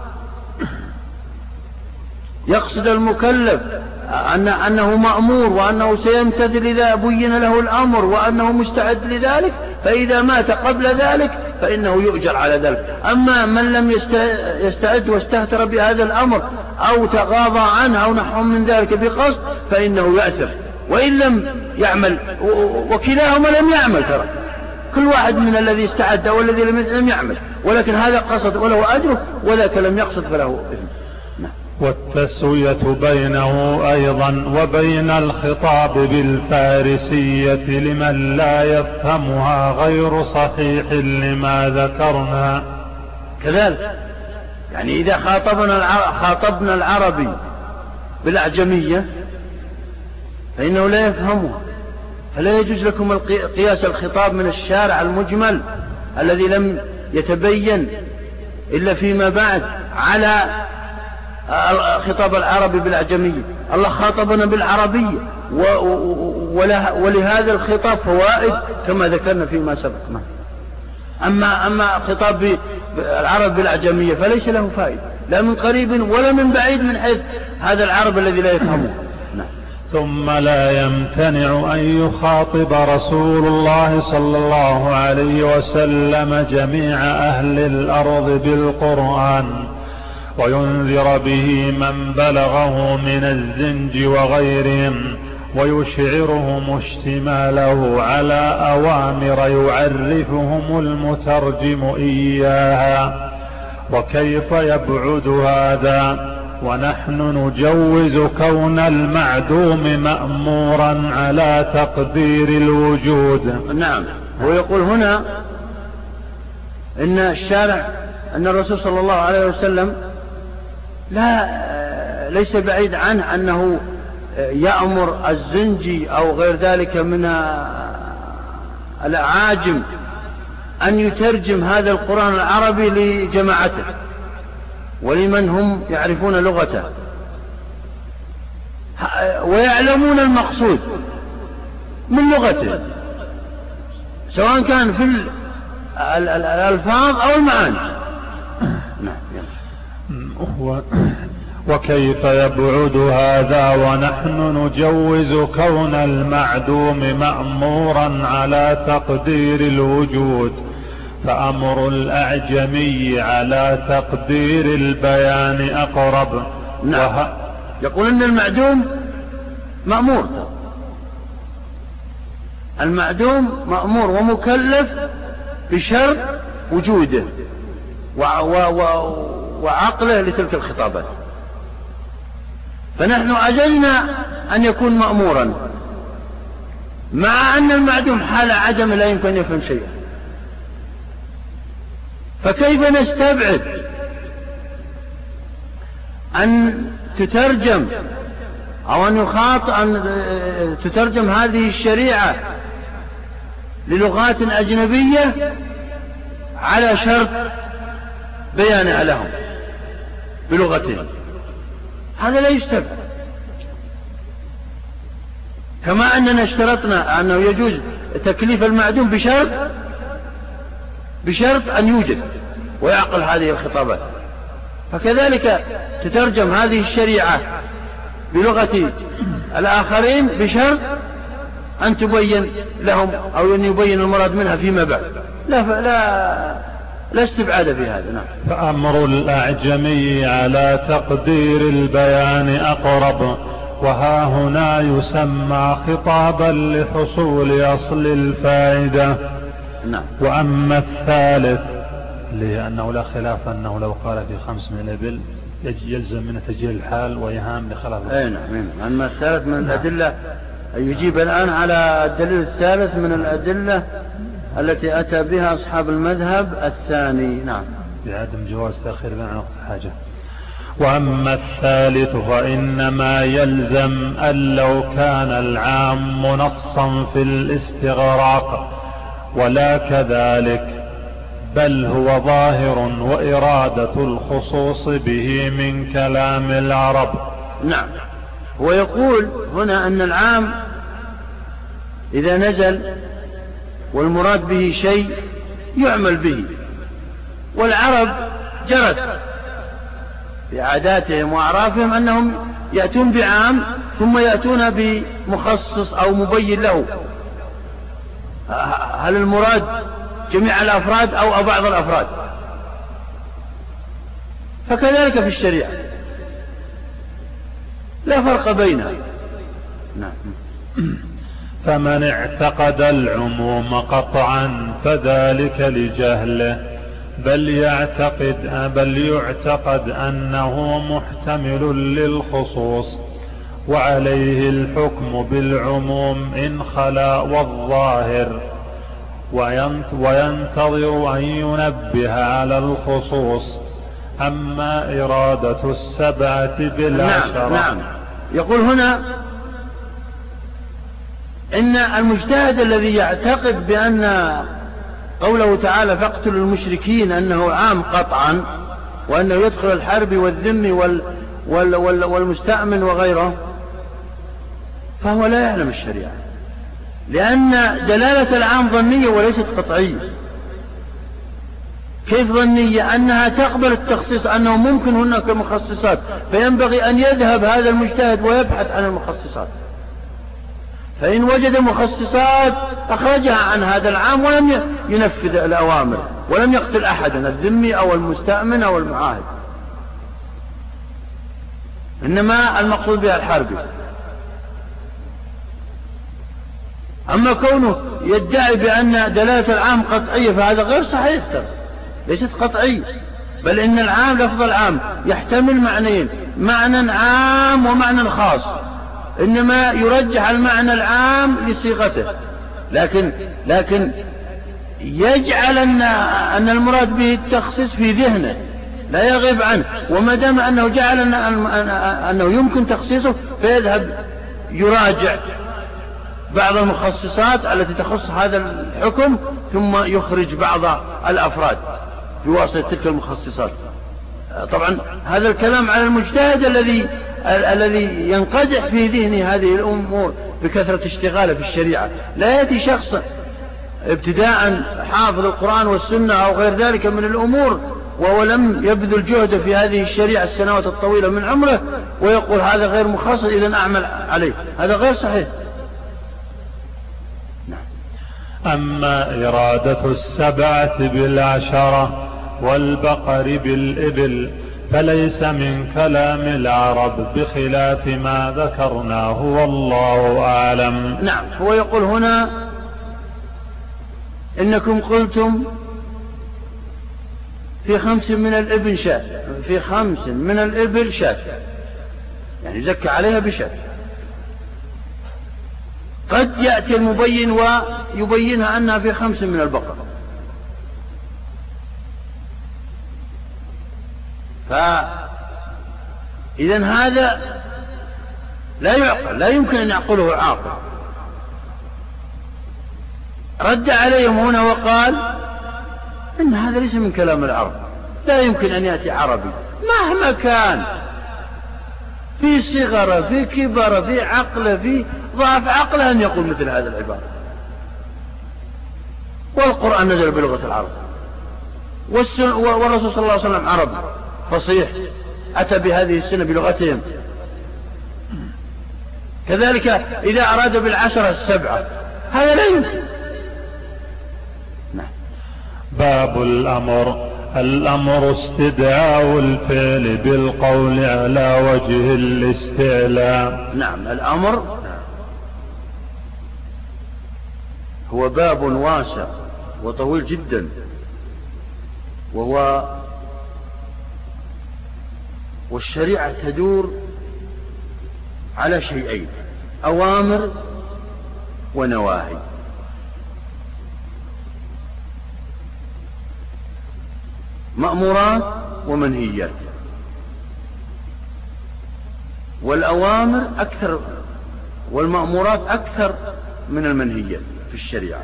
يقصد المكلف أن أنه مأمور وأنه سيمتثل إذا بين له الأمر وأنه مستعد لذلك، فإذا مات قبل ذلك فإنه يؤجر على ذلك. أما من لم يستعد واستهتر بهذا الأمر أو تغاضى عنه أو نحو من ذلك بقصد فإنه يأثر وإن لم يعمل، وكلاهما لم يعمل، ترى كل واحد من الذي استعد والذي لم يعمل، ولكن هذا قصد وله أجره وذاك لم يقصد فله إثم. والتسوية بينه أيضا وبين الخطاب بالفارسية لمن لا يفهمها غير صحيح لما ذكرنا. كذلك يعني إذا خاطبنا خاطبنا العربي بالأعجمية فإنه لا يفهمها، فلا يجوز لكم قياس الخطاب من الشارع المجمل الذي لم يتبين إلا فيما بعد على خطاب العربي بالأعجمية. الله خاطبنا بالعربية ولهذا الخطاب فوائد كما ذكرنا فيما سبق. أما أما خطاب العرب بالأعجمية فليس له فائدة لا من قريب ولا من بعيد من حيث هذا العرب الذي لا يفهمه. ثم لا يمتنع أن يخاطب رسول الله صلى الله عليه وسلم جميع أهل الأرض بالقرآن وينذر به من بلغه من الزنج وغيرهم، ويشعرهم اشتماله على أوامر يعرفهم المترجم إياها. وكيف يبعد هذا ونحن نجوز كون المعدوم مأمورا على تقدير الوجود؟ نعم. ويقول هنا إن الشارع أن الرسول صلى الله عليه وسلم لا ليس بعيد عنه أنه يأمر الزنجي أو غير ذلك من الأعاجم أن يترجم هذا القرآن العربي لجماعته ولمن هم يعرفون لغته ويعلمون المقصود من لغته سواء كان في الألفاظ أو المعاني. وكيف يبعد هذا ونحن نجوز كون المعدوم مأمورا على تقدير الوجود، فأمر الأعجمي على تقدير البيان أقرب. نعم. وه... يقول إن المعدوم مأمور، المعدوم مأمور ومكلف بشرط وجوده و... و... و... وعقله لتلك الخطابات، فنحن عجزنا أن يكون مأمورا مع أن المعدوم حال عدم لا يمكن أن يفهم شيئا. فكيف نستبعد أن تترجم أو أن يخاط أن تترجم هذه الشريعة للغات أجنبية على شرط بيانها لهم بلغتهم؟ هذا لا يستبعد. كما أننا اشترطنا أنه يجوز تكليف المعدوم بشرط بشرط أن يوجد ويعقل هذه الخطابات، فكذلك تترجم هذه الشريعة بلغة الآخرين بشرط أن تبين لهم أو أن يبين المراد منها فيما بعد. لا لا لا استبعاد في هذا. نعم. فأمر الأعجمي على تقدير البيان أقرب، وها هنا يسمى خطابا لحصول أصل الفائدة. نعم. وأما الثالث لأنه لا خلاف أنه لو قال في خمس من الإبل يلزم من تجهيل الحال ويهام لخلاف. أي نعم. أما الثالث من الأدلة يجيب الآن على الدليل الثالث من الأدلة التي أتى بها أصحاب المذهب الثاني. نعم. بعدم جواز تأخير بين وقت الحاجة. وأما الثالث فإنما يلزم أن لو كان العام نصا في الاستغراق ولا كذلك، بل هو ظاهر وإرادة الخصوص به من كلام العرب. نعم. ويقول هنا أن العام إذا نزل والمراد به شيء يعمل به، والعرب جرت في عاداتهم وأعرافهم أنهم يأتون بعام ثم يأتون بمخصص أو مبين له. هل المراد جميع الأفراد أو بعض الأفراد؟ فكذلك في الشريعة لا فرق بينها. نعم. فمن اعتقد العموم قطعا فذلك لجهله، بل يعتقد, بل يعتقد أنه محتمل للخصوص، وعليه الحكم بالعموم إن خلا والظاهر، وينتظر أن ينبه على الخصوص. أما إرادة السبعة بالعشرة. نعم. نعم. يقول هنا إن المجتهد الذي يعتقد بأن قوله تعالى فاقتلوا المشركين أنه عام قطعا، وأنه يدخل الحرب والذم وال وال وال والمستأمن وغيره، فهو لا يعلم الشريعة، لأن دلالة العام ظنية وليست قطعية. كيف ظنية؟ أنها تقبل التخصيص، أنه ممكن هناك مخصصات، فينبغي أن يذهب هذا المجتهد ويبحث عن المخصصات، فإن وجد مخصصات أخرجها عن هذا العام ولم ينفذ الأوامر ولم يقتل أحدا، الذمي أو المستأمن أو المعاهد، إنما المقصود بها الحربي. أما كونه يدعي بأن دلالة العام قطعية فهذا غير صحيح، ليست قطعية، بل إن العام لفظ العام يحتمل معنيين، معنى عام ومعنى خاص، إنما يرجح المعنى العام لصيغته، لكن لكن يجعل أن أن المراد به التخصيص في ذهنه لا يغيب عنه، وما دام أنه جعل أن أنه يمكن تخصيصه فيذهب يراجع بعض المخصصات التي تخص هذا الحكم ثم يخرج بعض الأفراد بواسطة تلك المخصصات. طبعا هذا الكلام على المجتهد الذي الذي ينقدح في ذهنه هذه الأمور بكثرة اشتغاله في الشريعة. لا يأتي شخص ابتداء حافظ القرآن والسنة أو غير ذلك من الأمور ولم يبذل جهده في هذه الشريعة السنوات الطويلة من عمره ويقول هذا غير مخصص إذن أعمل عليه، هذا غير صحيح. أما إرادة السبعة بالعشرة والبقر بالإبل فليس من كلام العرب بخلاف ما ذكرناه والله أعلم. نعم. هو يقول هنا إنكم قلتم في خمس من الإبل شاة، في خمس من الإبل شاة، يعني زكى عليها بشاة. قد يأتي المبين ويبينها أنها في خمس من البقر، فإذن هذا لا يعقل، لا يمكن أن يعقله عاقل. رد عليهم هنا وقال إن هذا ليس من كلام العرب، لا يمكن أن يأتي عربي مهما كان في صغره في كبره في عقله في ضعف عقله أن يقول مثل هذا العبارة. والقرآن نزل بلغة العرب، والرسول صلى الله عليه وسلم عربي فصيح أتى بهذه السنة بلغتهم. كذلك إذا أراد بالعشرة السبعة هذا لا يمكن. باب الأمر. الأمر استدعاء الفعل بالقول على وجه الاستعلاء. نعم. الأمر هو باب واسع وطويل جدا، وهو والشريعة تدور على شيئين، أوامر ونواهي. مأمورات ومنهيات، والأوامر أكثر والمأمورات أكثر من المنهيات في الشريعة.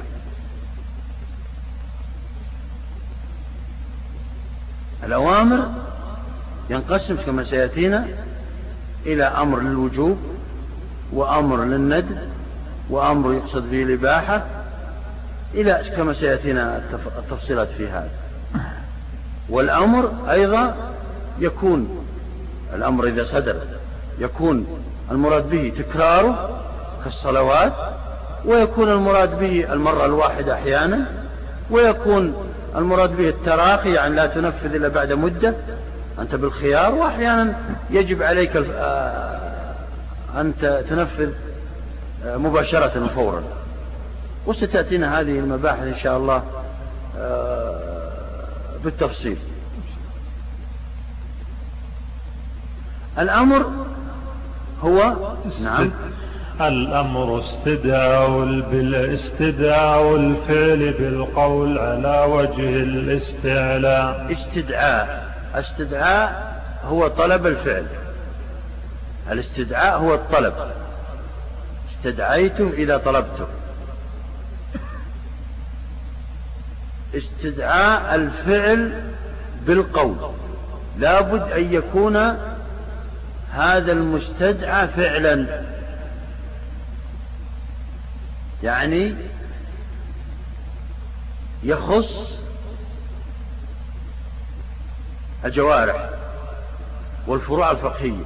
الأوامر ينقسم كما سيأتينا إلى أمر للوجوب، وأمر للندب، وأمر يقصد به الإباحة، إلى كما سيأتينا التفصيلات في هذا. والأمر أيضا يكون الأمر إذا صدر يكون المراد به تكراره كالصلوات، ويكون المراد به المرة الواحدة أحيانا، ويكون المراد به التراخي يعني لا تنفذ إلا بعد مدة، أنت بالخيار، وأحيانا يجب عليك أن تنفذ مباشرة وفورا. وستأتينا هذه المباحث إن شاء الله بالتفصيل. الأمر هو نعم الأمر استدعاء بالاستدعاء الفعل بالقول على وجه الاستعلاء. استدعاء استدعاء هو طلب الفعل، الاستدعاء هو الطلب، استدعيتم إذا طلبتم. استدعاء الفعل بالقول لا بد أن يكون هذا المستدعى فعلا، يعني يخص الجوارح والفروع الفقهية.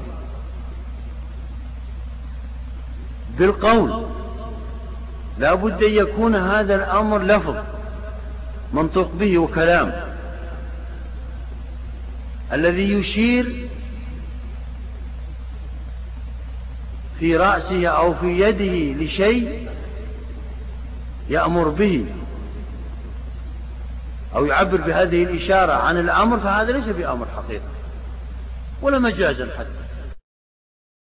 بالقول لا بد أن يكون هذا الأمر لفظ منطق به وكلام، الذي يشير في رأسه أو في يده لشيء يأمر به أو يعبر بهذه الإشارة عن الأمر، فهذا ليس بأمر حقيقي ولا مجازا حتى.